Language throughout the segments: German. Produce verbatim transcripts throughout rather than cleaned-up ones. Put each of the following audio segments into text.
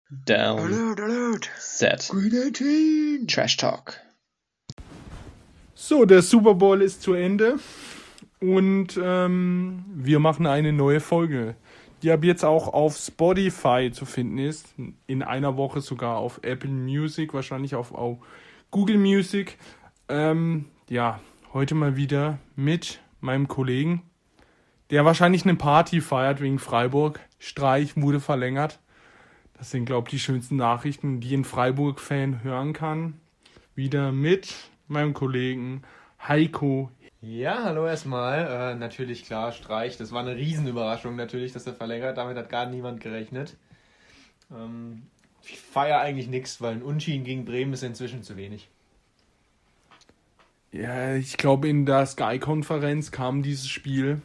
Down, Alert, alert! Set, Green achtzehn! Trash Talk. So, der Super Bowl ist zu Ende und ähm, wir machen eine neue Folge, die ab jetzt auch auf Spotify zu finden ist. In einer Woche sogar auf Apple Music, wahrscheinlich auf, auf Google Music. Ähm, ja, heute mal wieder mit meinem Kollegen, der wahrscheinlich eine Party feiert wegen Freiburg. Streich wurde verlängert. Das sind, glaube ich, die schönsten Nachrichten, die ein Freiburg-Fan hören kann. Wieder mit meinem Kollegen Heiko. Ja, hallo erstmal. Äh, natürlich klar, Streich. Das war eine Riesenüberraschung natürlich, dass er verlängert. Damit hat gar niemand gerechnet. Ähm, ich feiere eigentlich nichts, weil ein Unentschieden gegen Bremen ist inzwischen zu wenig. Ja, ich glaube, in der Sky-Konferenz kam dieses Spiel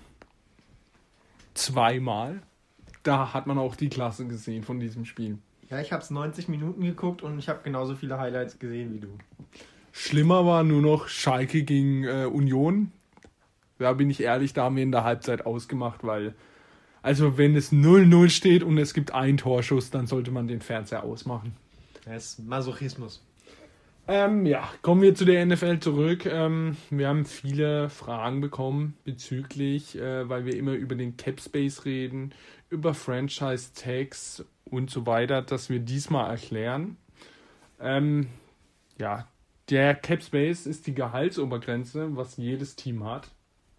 zweimal. Da hat man auch die Klasse gesehen von diesem Spiel. Ja, ich habe es neunzig Minuten geguckt und ich habe genauso viele Highlights gesehen wie du. Schlimmer war nur noch Schalke gegen äh, Union. Da bin ich ehrlich, da haben wir in der Halbzeit ausgemacht, weil, also wenn es null null steht und es gibt einen Torschuss, dann sollte man den Fernseher ausmachen. Das ist Masochismus. Ähm, ja, kommen wir zu der N F L zurück. Ähm, wir haben viele Fragen bekommen bezüglich, äh, weil wir immer über den Cap Space reden, über Franchise Tags und so weiter, dass wir diesmal erklären. Ähm, ja, der Cap Space ist die Gehaltsobergrenze, was jedes Team hat.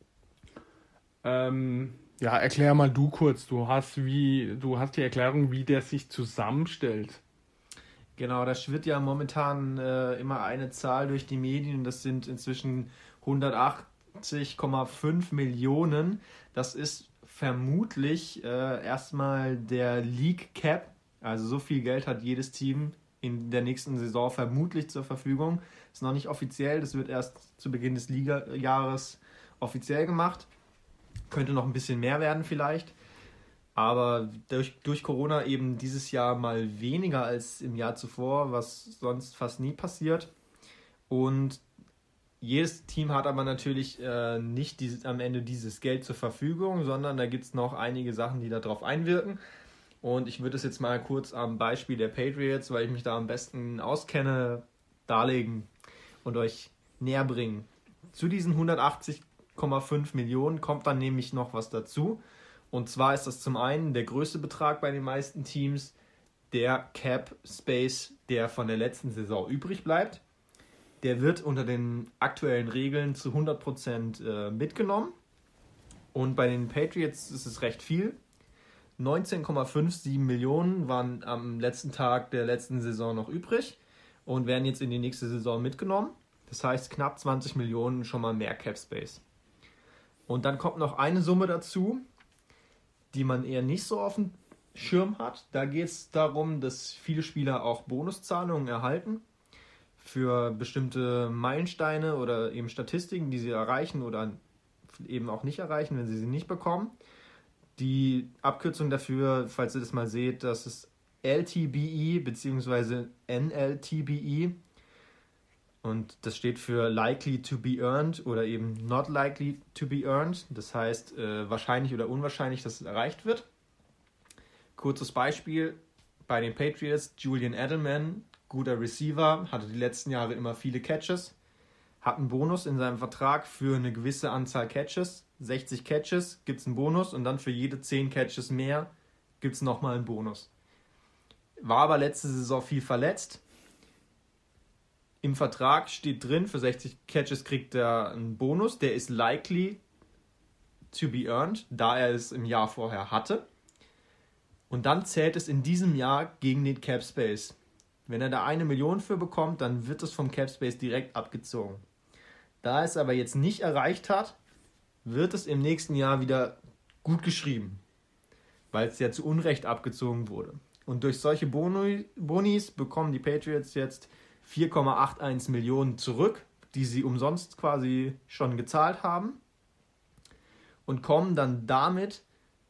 Ähm, ja, erklär mal du kurz. Du hast wie, du hast die Erklärung, wie der sich zusammenstellt. Genau, da schwirrt ja momentan äh, immer eine Zahl durch die Medien. Das sind inzwischen hundertachtzig Komma fünf Millionen. Das ist vermutlich äh, erstmal der League Cap. Also so viel Geld hat jedes Team in der nächsten Saison vermutlich zur Verfügung. Ist noch nicht offiziell, das wird erst zu Beginn des Liga-Jahres offiziell gemacht. Könnte noch ein bisschen mehr werden vielleicht. Aber durch, durch Corona eben dieses Jahr mal weniger als im Jahr zuvor, was sonst fast nie passiert. Und jedes Team hat aber natürlich äh, nicht dieses, am Ende dieses Geld zur Verfügung, sondern da gibt es noch einige Sachen, die darauf einwirken. Und ich würde es jetzt mal kurz am Beispiel der Patriots, weil ich mich da am besten auskenne, darlegen und euch näher bringen. Zu diesen hundertachtzig Komma fünf Millionen kommt dann nämlich noch was dazu. Und zwar ist das zum einen der größte Betrag bei den meisten Teams, der Cap Space, der von der letzten Saison übrig bleibt. Der wird unter den aktuellen Regeln zu hundert Prozent äh, mitgenommen. Und bei den Patriots ist es recht viel. neunzehn Komma siebenundfünfzig Millionen waren am letzten Tag der letzten Saison noch übrig und werden jetzt in die nächste Saison mitgenommen. Das heißt knapp zwanzig Millionen schon mal mehr Cap Space. Und dann kommt noch eine Summe dazu, die man eher nicht so auf dem Schirm hat. Da geht es darum, dass viele Spieler auch Bonuszahlungen erhalten für bestimmte Meilensteine oder eben Statistiken, die sie erreichen oder eben auch nicht erreichen, wenn sie sie nicht bekommen. Die Abkürzung dafür, falls ihr das mal seht, das ist L T B E bzw. N L T B E. Und das steht für likely to be earned oder eben not likely to be earned. Das heißt, äh, wahrscheinlich oder unwahrscheinlich, dass es erreicht wird. Kurzes Beispiel, bei den Patriots, Julian Edelman, guter Receiver, hatte die letzten Jahre immer viele Catches, hat einen Bonus in seinem Vertrag für eine gewisse Anzahl Catches. sechzig Catches gibt es einen Bonus und dann für jede zehn Catches mehr gibt es nochmal einen Bonus. War aber letzte Saison viel verletzt. Im Vertrag steht drin, für sechzig Catches kriegt er einen Bonus, der ist likely to be earned, da er es im Jahr vorher hatte. Und dann zählt es in diesem Jahr gegen den Cap Space. Wenn er da eine Million für bekommt, dann wird es vom Cap Space direkt abgezogen. Da er es aber jetzt nicht erreicht hat, wird es im nächsten Jahr wieder gut geschrieben, weil es ja zu Unrecht abgezogen wurde. Und durch solche Boni, Bonis bekommen die Patriots jetzt vier Komma einundachtzig Millionen zurück, die sie umsonst quasi schon gezahlt haben und kommen dann damit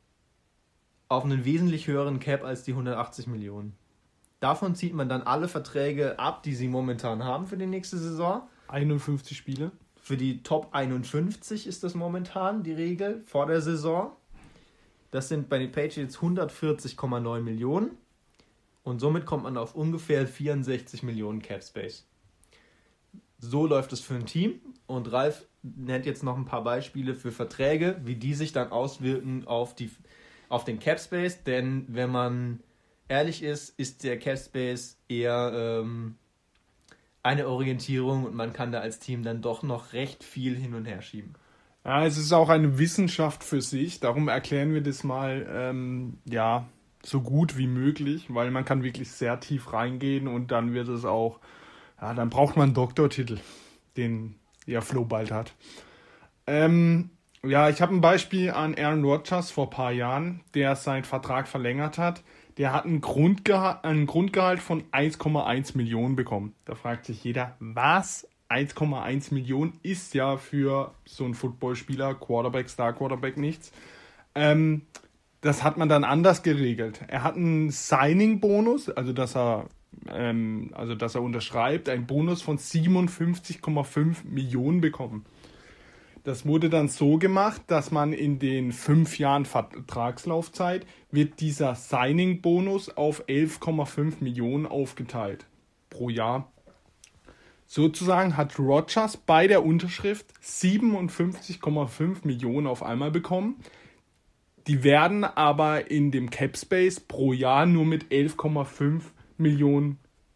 auf einen wesentlich höheren Cap als die hundertachtzig Millionen. Davon zieht man dann alle Verträge ab, die sie momentan haben für die nächste Saison. einundfünfzig Spiele. Für die Top einundfünfzig ist das momentan die Regel vor der Saison. Das sind bei den Patriots hundertvierzig Komma neun Millionen. Und somit kommt man auf ungefähr vierundsechzig Millionen Cap Space. So läuft es für ein Team. Und Ralf nennt jetzt noch ein paar Beispiele für Verträge, wie die sich dann auswirken auf, die, auf den Cap Space. Denn wenn man ehrlich ist, ist der Cap Space eher ähm, eine Orientierung und man kann da als Team dann doch noch recht viel hin und her schieben. Ja, es ist auch eine Wissenschaft für sich. Darum erklären wir das mal ähm, ja, so gut wie möglich, weil man kann wirklich sehr tief reingehen und dann wird es auch, ja, dann braucht man einen Doktortitel, den ja Flo bald hat. Ähm, ja, ich habe ein Beispiel an Aaron Rodgers vor ein paar Jahren, der seinen Vertrag verlängert hat. Der hat einen Grundgehalt, einen Grundgehalt von eins Komma eins Millionen bekommen. Da fragt sich jeder, was? eins Komma eins Millionen ist ja für so einen Footballspieler, Quarterback, Star Quarterback nichts. Ähm, das hat man dann anders geregelt. Er hat einen Signing-Bonus, also dass er, ähm, also dass er unterschreibt, einen Bonus von siebenundfünfzig Komma fünf Millionen bekommen. Das wurde dann so gemacht, dass man in den fünf Jahren Vertragslaufzeit wird dieser Signing-Bonus auf elf Komma fünf Millionen aufgeteilt pro Jahr. Sozusagen hat Rodgers bei der Unterschrift siebenundfünfzig Komma fünf Millionen auf einmal bekommen. Die werden aber in dem Cap Space pro Jahr nur mit elf Komma fünf Millionen,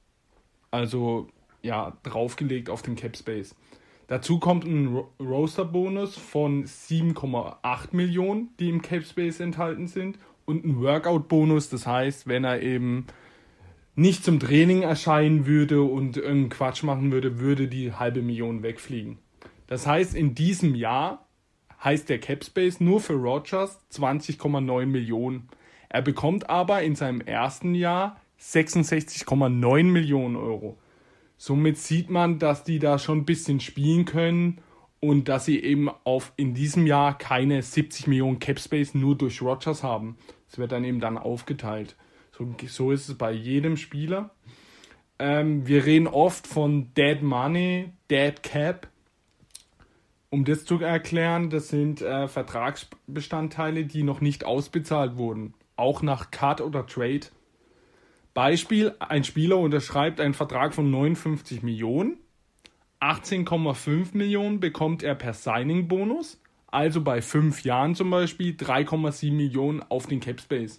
also ja, draufgelegt auf den Cap Space. Dazu kommt ein Ro- Roster-Bonus von sieben Komma acht Millionen, die im Cap Space enthalten sind, und ein Workout-Bonus, das heißt, wenn er eben nicht zum Training erscheinen würde und irgendeinen Quatsch machen würde, würde die halbe Million wegfliegen. Das heißt, in diesem Jahr heißt der Cap Space nur für Rodgers zwanzig Komma neun Millionen. Er bekommt aber in seinem ersten Jahr sechsundsechzig Komma neun Millionen Euro. Somit sieht man, dass die da schon ein bisschen spielen können und dass sie eben auf in diesem Jahr keine siebzig Millionen Cap Space nur durch Rodgers haben. Es wird dann eben dann aufgeteilt. So, so ist es bei jedem Spieler. Ähm, wir reden oft von Dead Money, Dead Cap. Um das zu erklären, das sind äh, Vertragsbestandteile, die noch nicht ausbezahlt wurden. Auch nach Cut oder Trade. Beispiel, ein Spieler unterschreibt einen Vertrag von neunundfünfzig Millionen. achtzehn Komma fünf Millionen bekommt er per Signing-Bonus. Also bei fünf Jahren zum Beispiel drei Komma sieben Millionen auf den Cap Space.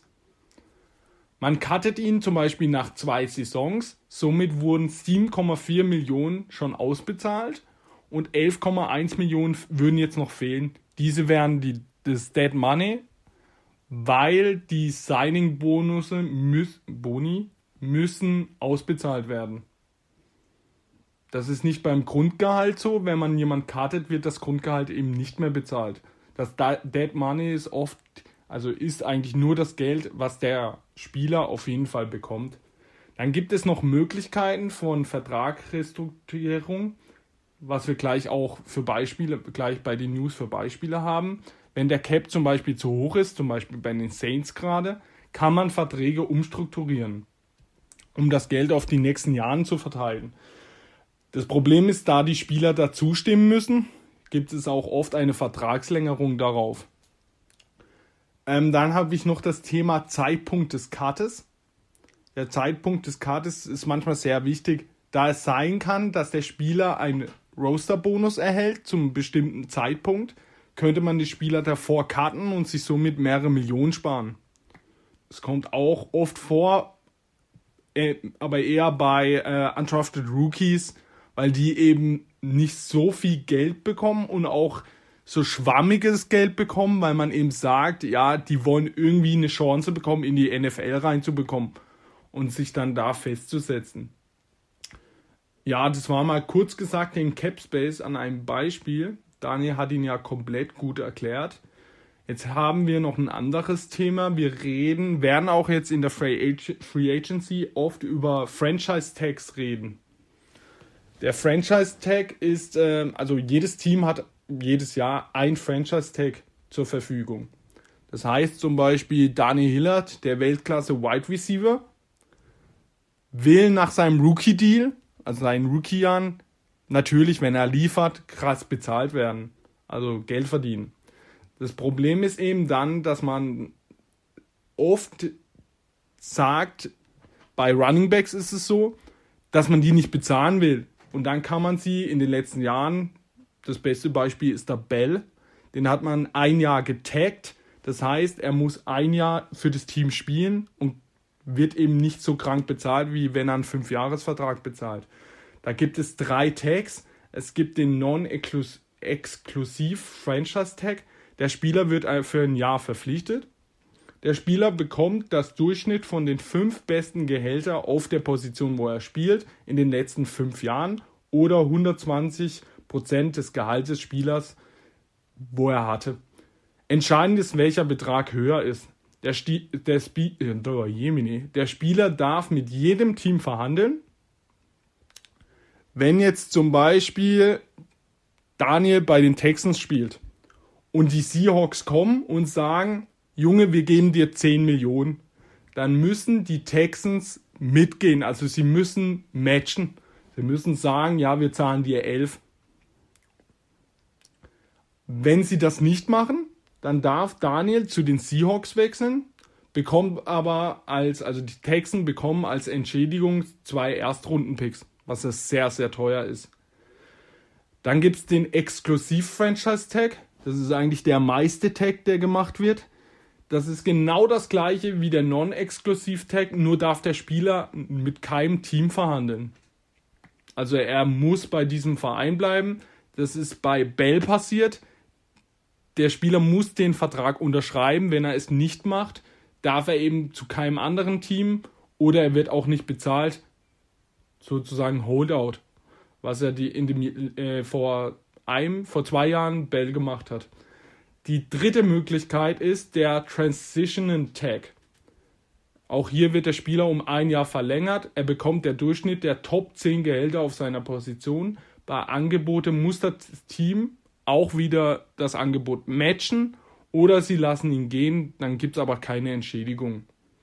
Man cuttet ihn zum Beispiel nach zwei Saisons, somit wurden sieben Komma vier Millionen schon ausbezahlt und elf Komma eins Millionen würden jetzt noch fehlen. Diese wären die, das Dead Money, weil die Signing-Bonusse müß, Boni müssen ausbezahlt werden. Das ist nicht beim Grundgehalt so, wenn man jemanden cuttet, wird das Grundgehalt eben nicht mehr bezahlt. Das Dead Money ist oft, also ist eigentlich nur das Geld, was der Spieler auf jeden Fall bekommt. Dann gibt es noch Möglichkeiten von Vertragsrestrukturierung, was wir gleich auch für Beispiele, gleich bei den News für Beispiele haben. Wenn der Cap zum Beispiel zu hoch ist, zum Beispiel bei den Saints gerade, kann man Verträge umstrukturieren, um das Geld auf die nächsten Jahre zu verteilen. Das Problem ist, da die Spieler dazu stimmen müssen, gibt es auch oft eine Vertragslängerung darauf. Ähm, dann habe ich noch das Thema Zeitpunkt des Cuttes. Der Zeitpunkt des Cuttes ist manchmal sehr wichtig, da es sein kann, dass der Spieler einen Roster-Bonus erhält zum bestimmten Zeitpunkt, könnte man die Spieler davor cutten und sich somit mehrere Millionen sparen. Es kommt auch oft vor, äh, aber eher bei äh, Undrafted Rookies, weil die eben nicht so viel Geld bekommen und auch so schwammiges Geld bekommen, weil man eben sagt, ja, die wollen irgendwie eine Chance bekommen, in die N F L reinzubekommen und sich dann da festzusetzen. Ja, das war mal kurz gesagt den Cap Space an einem Beispiel. Daniel hat ihn ja komplett gut erklärt. Jetzt haben wir noch ein anderes Thema. Wir reden, werden auch jetzt in der Free Agency oft über Franchise Tags reden. Der Franchise Tag ist, äh, also jedes Team hat jedes Jahr ein Franchise Tag zur Verfügung. Das heißt zum Beispiel Daniel Hillard, der Weltklasse Wide Receiver, will nach seinem Rookie-Deal, also seinen Rookie-Jahren, natürlich, wenn er liefert, krass bezahlt werden. Also Geld verdienen. Das Problem ist eben dann, dass man oft sagt, Bei Running Backs ist es so, dass man die nicht bezahlen will. Und dann kann man sie in den letzten Jahren, das beste Beispiel ist der Bell, den hat man ein Jahr getaggt. Das heißt, er muss ein Jahr für das Team spielen und wird eben nicht so krank bezahlt, wie wenn er einen Fünfjahresvertrag bezahlt. Da gibt es drei Tags. Es gibt den Non-Exklusiv Franchise Tag. Der Spieler wird für ein Jahr verpflichtet. Der Spieler bekommt das Durchschnitt von den fünf besten Gehältern auf der Position, wo er spielt, in den letzten fünf Jahren oder hundertzwanzig Prozent des Gehalts des Spielers, wo er hatte. Entscheidend ist, welcher Betrag höher ist. Der, Sti- der, Spi- äh, Jemini. der Spieler darf mit jedem Team verhandeln. Wenn jetzt zum Beispiel Daniel bei den Texans spielt und die Seahawks kommen und sagen, Junge, wir geben dir zehn Millionen, dann müssen die Texans mitgehen. Also sie müssen matchen. Sie müssen sagen, ja, wir zahlen dir elf. Wenn sie das nicht machen, dann darf Daniel zu den Seahawks wechseln, bekommt aber als, also die Texans bekommen als Entschädigung zwei Erstrunden-Picks, was ja sehr, sehr teuer ist. Dann gibt es den Exklusiv-Franchise-Tag. Das ist eigentlich der meiste Tag, der gemacht wird. Das ist genau das gleiche wie der Non-Exklusiv-Tag, nur darf der Spieler mit keinem Team verhandeln. Also er muss bei diesem Verein bleiben. Das ist bei Bell passiert. Der Spieler muss den Vertrag unterschreiben. Wenn er es nicht macht, darf er eben zu keinem anderen Team oder er wird auch nicht bezahlt. Sozusagen Holdout, was er die in dem, äh, vor einem, vor zwei Jahren Bell gemacht hat. Die dritte Möglichkeit ist der Transition Tag. Auch hier wird der Spieler um ein Jahr verlängert. Er bekommt der Durchschnitt der Top zehn Gehälter auf seiner Position. Bei Angebote muss das Team auch wieder das Angebot matchen oder sie lassen ihn gehen, dann gibt es aber keine Entschädigung.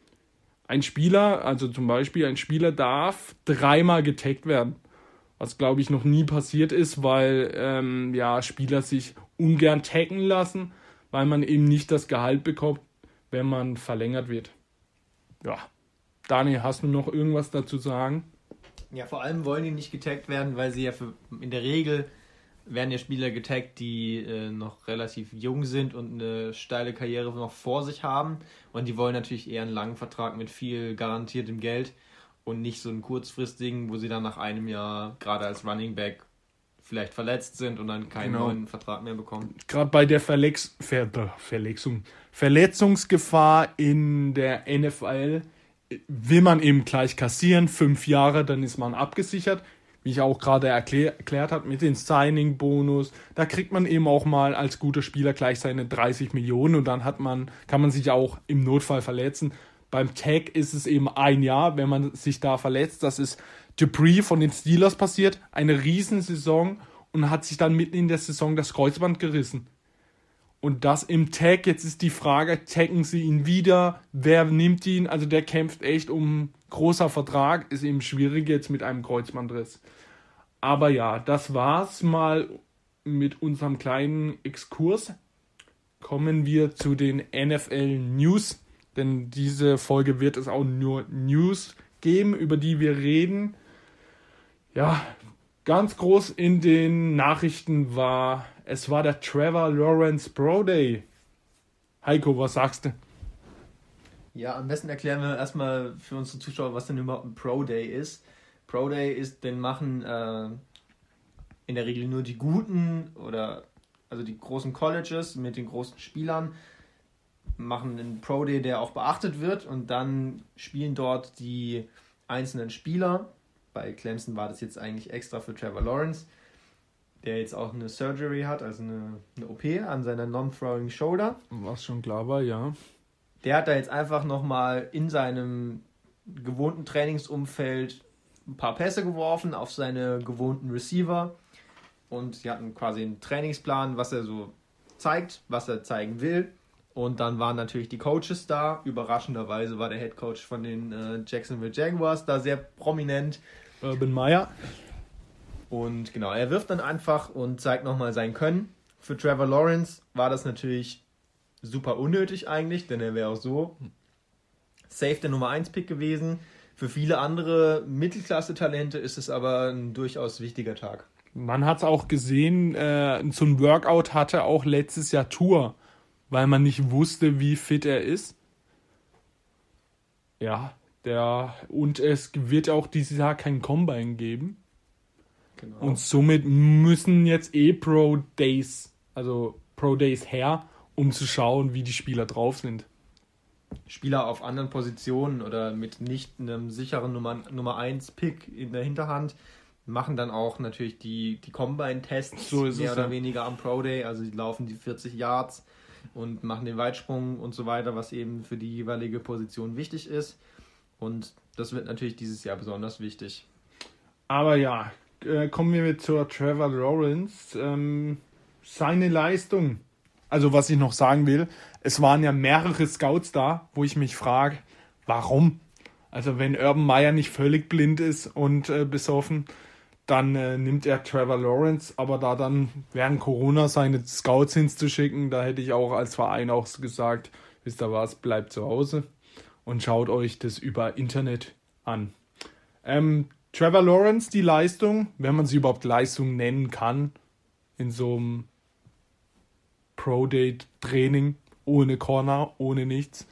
Ein Spieler, also zum Beispiel ein Spieler darf dreimal getaggt werden, was glaube ich noch nie passiert ist, weil ähm, ja, Spieler sich ungern taggen lassen, weil man eben nicht das Gehalt bekommt, wenn man verlängert wird. Ja, Daniel, hast du noch irgendwas dazu sagen? Ja, vor allem wollen die nicht getaggt werden, weil sie ja für, in der Regel werden ja Spieler getaggt, die äh, noch relativ jung sind und eine steile Karriere noch vor sich haben. Und die wollen natürlich eher einen langen Vertrag mit viel garantiertem Geld und nicht so einen kurzfristigen, wo sie dann nach einem Jahr gerade als Running Back vielleicht verletzt sind und dann keinen genau. neuen Vertrag mehr bekommen. Gerade bei der Verlex- Ver- Verletzung, Verletzungsgefahr in der N F L will man eben gleich kassieren. Fünf Jahre, dann ist man abgesichert. Wie ich auch gerade erklär, erklärt habe, mit dem Signing-Bonus. Da kriegt man eben auch mal als guter Spieler gleich seine dreißig Millionen und dann hat man, kann man sich auch im Notfall verletzen. Beim Tag ist es eben ein Jahr, wenn man sich da verletzt. Das ist Dupree von den Steelers passiert. Eine Riesensaison und hat sich dann mitten in der Saison das Kreuzband gerissen. Und das im Tag, jetzt ist die Frage, taggen sie ihn wieder? Wer nimmt ihn? Also der kämpft echt um großer Vertrag, ist eben schwierig jetzt mit einem Kreuzbandriss. Aber ja, das war's mal mit unserem kleinen Exkurs. Kommen wir zu den N F L News, denn diese Folge wird es auch nur News geben, über die wir reden. Ja, ganz groß in den Nachrichten war, es war der Trevor Lawrence Pro Day. Heiko, was sagst du? Ja, am besten erklären wir erstmal für unsere Zuschauer, was denn überhaupt ein Pro Day ist. Pro Day ist, den machen äh, in der Regel nur die guten oder also die großen Colleges mit den großen Spielern, machen einen Pro Day, der auch beachtet wird und dann spielen dort die einzelnen Spieler. Bei Clemson war das jetzt eigentlich extra für Trevor Lawrence, der jetzt auch eine Surgery hat, also eine, eine O P an seiner Non-Throwing Shoulder. Was schon klar war, ja. Der hat da jetzt einfach nochmal in seinem gewohnten Trainingsumfeld ein paar Pässe geworfen auf seine gewohnten Receiver und sie hatten quasi einen Trainingsplan, was er so zeigt, was er zeigen will. Und dann waren natürlich die Coaches da. Überraschenderweise war der Headcoach von den äh, Jacksonville Jaguars da sehr prominent. Urban Meyer. Und genau, er wirft dann einfach und zeigt nochmal sein Können. Für Trevor Lawrence war das natürlich super unnötig eigentlich, denn er wäre auch so safe der Nummer eins Pick gewesen. Für viele andere Mittelklasse-Talente ist es aber ein durchaus wichtiger Tag. Man hat es auch gesehen, äh, so ein Workout hatte auch letztes Jahr Tour, weil man nicht wusste, wie fit er ist. Ja, der und es wird auch dieses Jahr kein Combine geben. Genau. Und somit müssen jetzt eh Pro Days, also Pro Days her, um zu schauen, wie die Spieler drauf sind. Spieler auf anderen Positionen oder mit nicht einem sicheren Nummer, Nummer eins Pick in der Hinterhand machen dann auch natürlich die, die Combine-Tests So ist mehr es, oder ja. weniger am Pro Day. Also die laufen die vierzig Yards und machen den Weitsprung und so weiter, was eben für die jeweilige Position wichtig ist. Und das wird natürlich dieses Jahr besonders wichtig. Aber ja, äh, kommen wir zur Trevor Lawrence. Ähm, seine Leistung. Also was ich noch sagen will, es waren ja mehrere Scouts da, wo ich mich frage, warum? Also wenn Urban Meyer nicht völlig blind ist und äh, besoffen, dann äh, nimmt er Trevor Lawrence, aber da dann während Corona seine Scouts hinzuschicken, da hätte ich auch als Verein auch gesagt, wisst ihr was, bleibt zu Hause und schaut euch das über Internet an. Ähm, Trevor Lawrence, die Leistung, wenn man sie überhaupt Leistung nennen kann, in so einem Pro-Day-Training, ohne Corner, ohne nichts.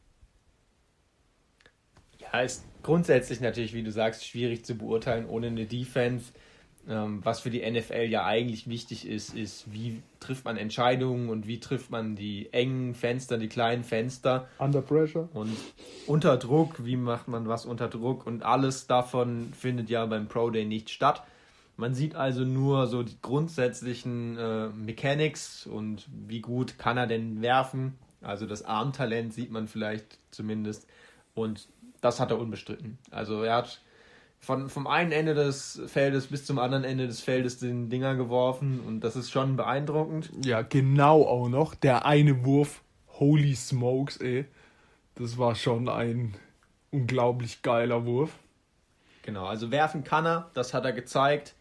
Ja, ist grundsätzlich natürlich, wie du sagst, schwierig zu beurteilen ohne eine Defense. Ähm, was für die N F L ja eigentlich wichtig ist, ist, wie trifft man Entscheidungen und wie trifft man die engen Fenster, die kleinen Fenster. Under pressure. Und unter Druck, wie macht man was unter Druck? Und alles davon findet ja beim Pro Day nicht statt. Man sieht also nur so die grundsätzlichen äh, Mechanics und wie gut kann er denn werfen. Also das Armtalent sieht man vielleicht zumindest. Und das hat er unbestritten. Also er hat von, vom einen Ende des Feldes bis zum anderen Ende des Feldes den Dinger geworfen. Und das ist schon beeindruckend. Ja, genau auch noch. Der eine Wurf, holy smokes, ey. Das war schon ein unglaublich geiler Wurf. Genau, also werfen kann er, das hat er gezeigt.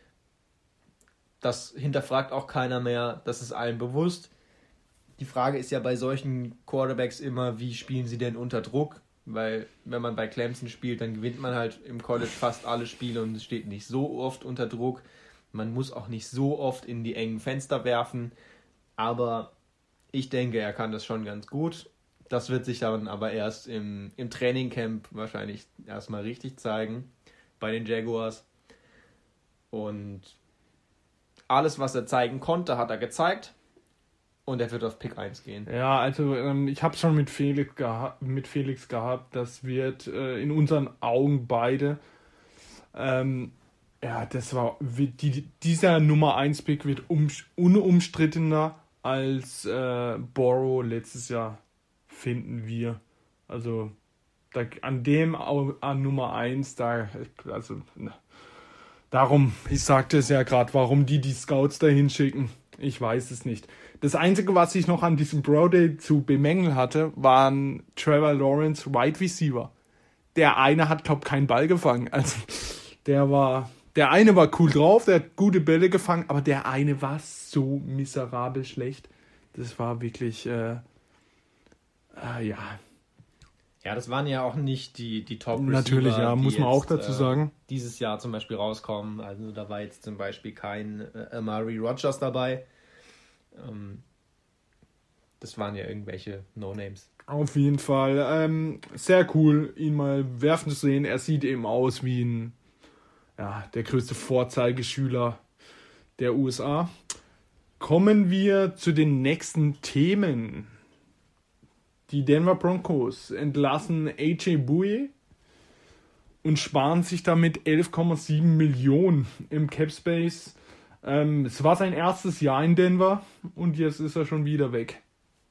Das hinterfragt auch keiner mehr, das ist allen bewusst. Die Frage ist ja bei solchen Quarterbacks immer, wie spielen sie denn unter Druck? Weil wenn man bei Clemson spielt, dann gewinnt man halt im College fast alle Spiele und es steht nicht so oft unter Druck. Man muss auch nicht so oft in die engen Fenster werfen. Aber ich denke, er kann das schon ganz gut. Das wird sich dann aber erst im, im Trainingcamp wahrscheinlich erstmal richtig zeigen bei den Jaguars. Und alles, was er zeigen konnte, hat er gezeigt. Und er wird auf Pick eins gehen. Ja, also ähm, ich habe schon mit Felix, geha- mit Felix gehabt, das wird äh, in unseren Augen beide, ähm, ja, das war, wird die, dieser Nummer eins Pick wird um, unumstrittener als äh, Burrow letztes Jahr, finden wir. Also da, an dem au- an Nummer eins, da, also na, darum, ich sagte es ja gerade, warum die die Scouts dahin schicken, ich weiß es nicht. Das Einzige, was ich noch an diesem Pro Day zu bemängeln hatte, waren Trevor Lawrence Wide Receiver. Der eine hat, glaub, keinen Ball gefangen. Also der war, der eine war cool drauf, der hat gute Bälle gefangen, aber der eine war so miserabel schlecht. Das war wirklich, äh, äh, ja. Ja, das waren ja auch nicht die, die Top-Receiver, Natürlich, ja, die muss man jetzt, auch dazu äh, sagen. dieses Jahr zum Beispiel rauskommen. Also da war jetzt zum Beispiel kein äh, Amari Rodgers dabei. Ähm, das waren ja irgendwelche No-Names. Auf jeden Fall. Ähm, sehr cool, ihn mal werfen zu sehen. Er sieht eben aus wie ein, ja, der größte Vorzeigeschüler der U S A. Kommen wir zu den nächsten Themen. Die Denver Broncos entlassen A J Bouye und sparen sich damit elf Komma sieben Millionen im Capspace. Ähm, es war sein erstes Jahr in Denver und jetzt ist er schon wieder weg.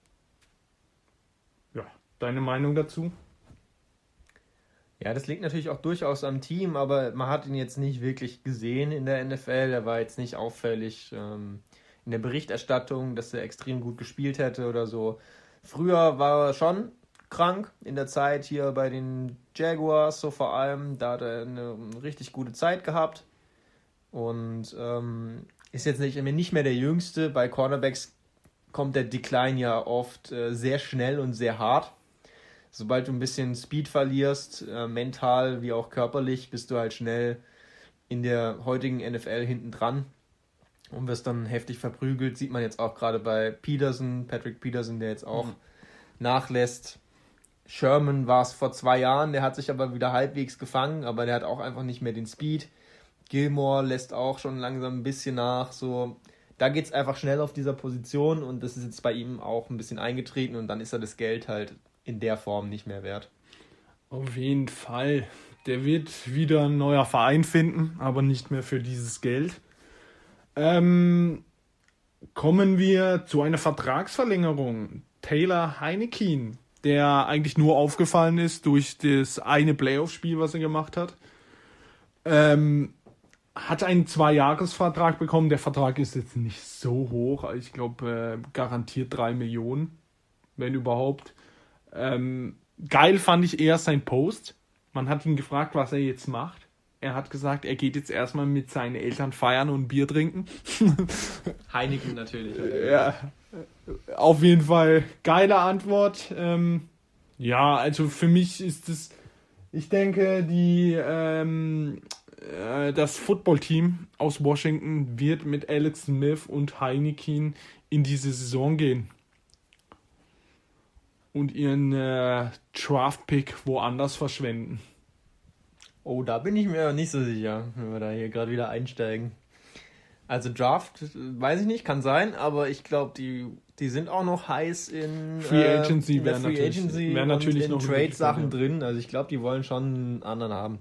Ja, deine Meinung dazu? Ja, das liegt natürlich auch durchaus am Team, aber man hat ihn jetzt nicht wirklich gesehen in der N F L. Er war jetzt nicht auffällig ähm, in der Berichterstattung, dass er extrem gut gespielt hätte oder so. Früher war er schon krank in der Zeit hier bei den Jaguars, so vor allem. Da hat er eine richtig gute Zeit gehabt und ähm, ist jetzt nicht, nicht mehr der Jüngste. Bei Cornerbacks kommt der Decline ja oft äh, sehr schnell und sehr hart. sobald du ein bisschen Speed verlierst, äh, mental wie auch körperlich, bist du halt schnell in der heutigen N F L hinten dran und wirst dann heftig verprügelt. Sieht man jetzt auch gerade bei Peterson, Patrick Peterson, der jetzt auch mhm. nachlässt. Sherman war es vor zwei Jahren, der hat sich aber wieder halbwegs gefangen, aber der hat auch einfach nicht mehr den Speed. Gilmore lässt auch schon langsam ein bisschen nach. So, da geht es einfach schnell auf dieser Position und das ist jetzt bei ihm auch ein bisschen eingetreten und dann ist er das Geld halt in der Form nicht mehr wert. Auf jeden Fall. Der wird wieder ein neuer Verein finden, aber nicht mehr für dieses Geld. Ähm, kommen wir zu einer Vertragsverlängerung. Taylor Heinicke, der eigentlich nur aufgefallen ist durch das eine Playoff-Spiel, was er gemacht hat, ähm, hat einen Zwei-Jahres-Vertrag bekommen. Der Vertrag ist jetzt nicht so hoch. Ich glaube, äh, garantiert drei Millionen, wenn überhaupt. Ähm, geil fand ich eher sein Post. Man hat ihn gefragt, was er jetzt macht. Er hat gesagt, er geht jetzt erstmal mit seinen Eltern feiern und Bier trinken. Heineken natürlich. Ja, auf jeden Fall geile Antwort. Ähm, ja, also für mich ist es, ich denke, die ähm, äh, das Footballteam aus Washington wird mit Alex Smith und Heineken in diese Saison gehen. Und ihren äh, Draft-Pick woanders verschwenden. Oh, da bin ich mir nicht so sicher, wenn wir da hier gerade wieder einsteigen. Also Draft, weiß ich nicht, kann sein, aber ich glaube, die, die sind auch noch heiß in Free Agency, äh, in der Free natürlich, Agency und natürlich in noch Trade-Sachen drin. Also ich glaube, die wollen schon einen anderen haben.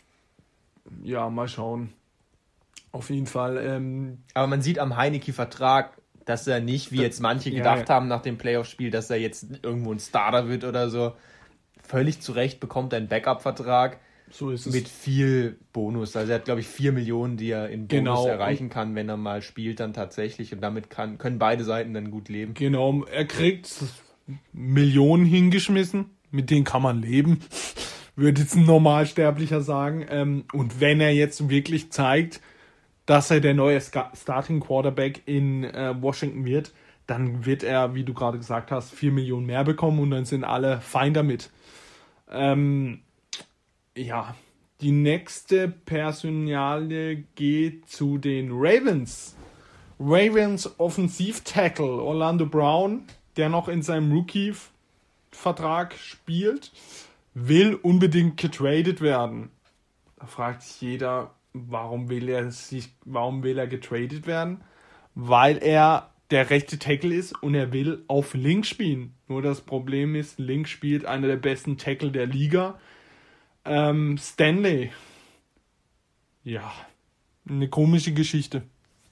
Ja, mal schauen. Auf jeden Fall. Ähm, aber man sieht am Heineke-Vertrag, dass er nicht, wie das, jetzt manche gedacht ja, ja. haben nach dem Playoff-Spiel, dass er jetzt irgendwo ein Starter wird oder so. Völlig zu Recht bekommt er einen Backup-Vertrag. So ist es. Mit viel Bonus. Also er hat, glaube ich, vier Millionen, die er in Bonus genau. erreichen kann, wenn er mal spielt dann tatsächlich. Und damit kann, können beide Seiten dann gut leben. Genau, er kriegt Millionen hingeschmissen. Mit denen kann man leben. Würde jetzt ein Normalsterblicher sagen. Und wenn er jetzt wirklich zeigt, dass er der neue Starting Quarterback in Washington wird, dann wird er, wie du gerade gesagt hast, vier Millionen mehr bekommen und dann sind alle fein damit. Ähm... Ja, die nächste Personalie geht zu den Ravens. Ravens Offensiv-Tackle Orlando Brown, der noch in seinem Rookie-Vertrag spielt, will unbedingt getradet werden. Da fragt sich jeder, warum will er sich, warum will er getradet werden? Weil er der rechte Tackle ist und er will auf links spielen. Nur das Problem ist, links spielt einer der besten Tackle der Liga. Ähm, Stanley. Ja, eine komische Geschichte.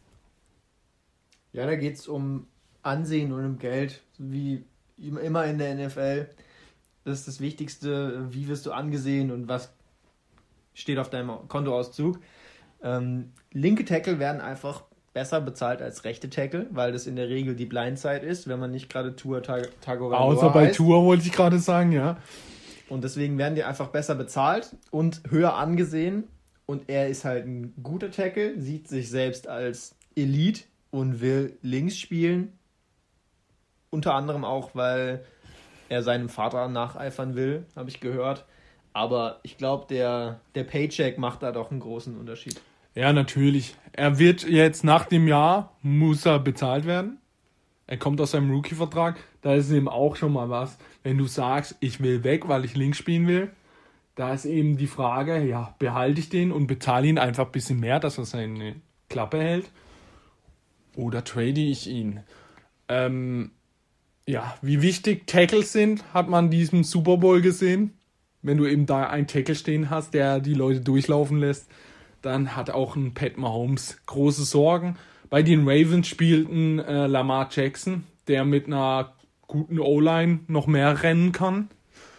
Ja, da geht es um Ansehen und um Geld, wie immer in der N F L. Das ist das Wichtigste, wie wirst du angesehen und was steht auf deinem Kontoauszug. Ähm, linke Tackle werden einfach besser bezahlt als rechte Tackle, weil das in der Regel die Blindside ist, wenn man nicht gerade Tua Tagovailoa heißt. Außer bei Tua wollte ich gerade sagen, ja. Und deswegen werden die einfach besser bezahlt und höher angesehen. Und er ist halt ein guter Tackle, sieht sich selbst als Elite und will links spielen. Unter anderem auch, weil er seinem Vater nacheifern will, habe ich gehört. Aber ich glaube, der, der Paycheck macht da doch einen großen Unterschied. Ja, natürlich. Er wird jetzt nach dem Jahr, muss er bezahlt werden. Er kommt aus seinem Rookie-Vertrag. Da ist eben auch schon mal was. Wenn du sagst, ich will weg, weil ich links spielen will, da ist eben die Frage, ja, behalte ich den und bezahle ihn einfach ein bisschen mehr, dass er seine Klappe hält? Oder trade ich ihn? Ähm, ja, wie wichtig Tackles sind, hat man in diesem Super Bowl gesehen. Wenn du eben da einen Tackle stehen hast, der die Leute durchlaufen lässt, dann hat auch ein Pat Mahomes große Sorgen. Bei den Ravens spielten äh, Lamar Jackson, der mit einer guten O-Line noch mehr rennen kann.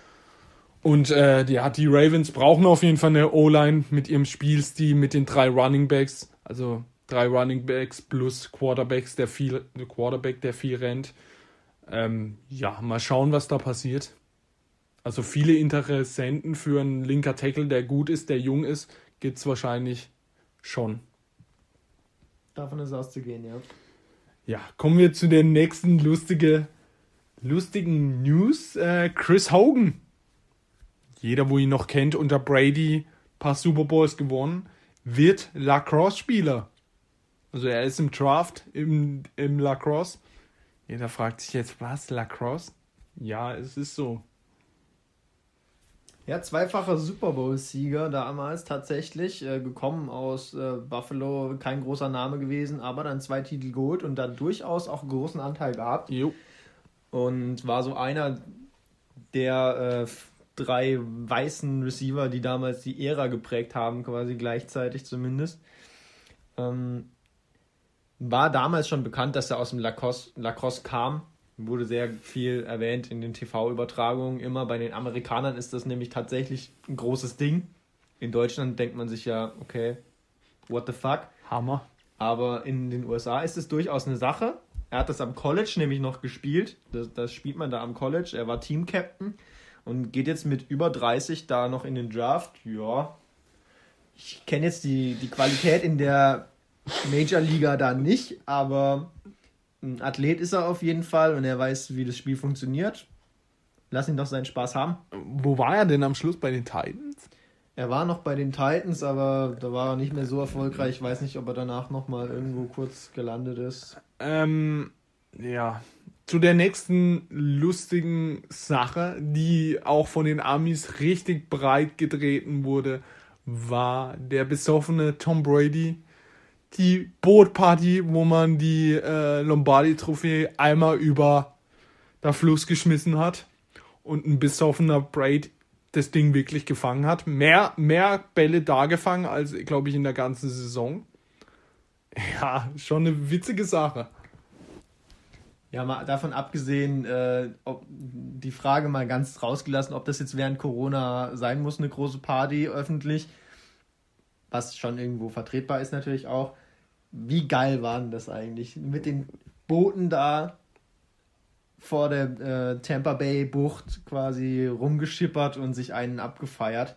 Und äh, ja, die Ravens brauchen auf jeden Fall eine O-Line mit ihrem Spielstil, mit den drei Running Backs. Also drei Running Backs plus Quarterbacks, der viel, Quarterback, der viel rennt. Ähm, ja, mal schauen, was da passiert. Also viele Interessenten für einen linker Tackle, der gut ist, der jung ist, gibt es wahrscheinlich schon. Davon ist auszugehen, ja. Ja, kommen wir zu der nächsten lustige lustigen News. Äh, Chris Hogan. Jeder, wo ihn noch kennt, unter Brady ein paar Super Bowls gewonnen, wird Lacrosse-Spieler. Also er ist im Draft im, im Lacrosse. Jeder fragt sich jetzt, was, Lacrosse? Ja, es ist so. Ja, zweifacher Super Bowl-Sieger damals tatsächlich, äh, gekommen aus äh, Buffalo, kein großer Name gewesen, aber dann zwei Titel geholt und dann durchaus auch einen großen Anteil gehabt. Jo. Und war so einer der äh, drei weißen Receiver, die damals die Ära geprägt haben, quasi gleichzeitig zumindest. Ähm, war damals schon bekannt, dass er aus dem Lacrosse, Lacrosse kam. Wurde sehr viel erwähnt in den T V-Übertragungen. Immer bei den Amerikanern ist das nämlich tatsächlich ein großes Ding. In Deutschland denkt man sich ja, okay, what the fuck. Hammer. Aber in den U S A ist es durchaus eine Sache. Er hat das am College nämlich noch gespielt. Das, das spielt man da am College. Er war Team-Captain und geht jetzt mit über dreißig da noch in den Draft. Ja, ich kenne jetzt die, die Qualität in der Major-Liga da nicht, aber ein Athlet ist er auf jeden Fall und er weiß, wie das Spiel funktioniert. Lass ihn doch seinen Spaß haben. Wo war er denn am Schluss bei den Titans? Er war noch bei den Titans, aber da war er nicht mehr so erfolgreich. Ich weiß nicht, ob er danach nochmal irgendwo kurz gelandet ist. Ähm, ja. Zu der nächsten lustigen Sache, die auch von den Amis richtig breit getreten wurde, war der besoffene Tom Brady. Die Bootparty, wo man die äh, Lombardi-Trophäe einmal über den Fluss geschmissen hat und ein besoffener Brady das Ding wirklich gefangen hat. Mehr, mehr Bälle da gefangen als, glaube ich, in der ganzen Saison. Ja, schon eine witzige Sache. Ja, mal davon abgesehen, äh, ob die Frage mal ganz rausgelassen, ob das jetzt während Corona sein muss, eine große Party öffentlich, was schon irgendwo vertretbar ist natürlich auch. Wie geil war denn das eigentlich? Mit den Booten da vor der äh, Tampa Bay Bucht quasi rumgeschippert und sich einen abgefeiert.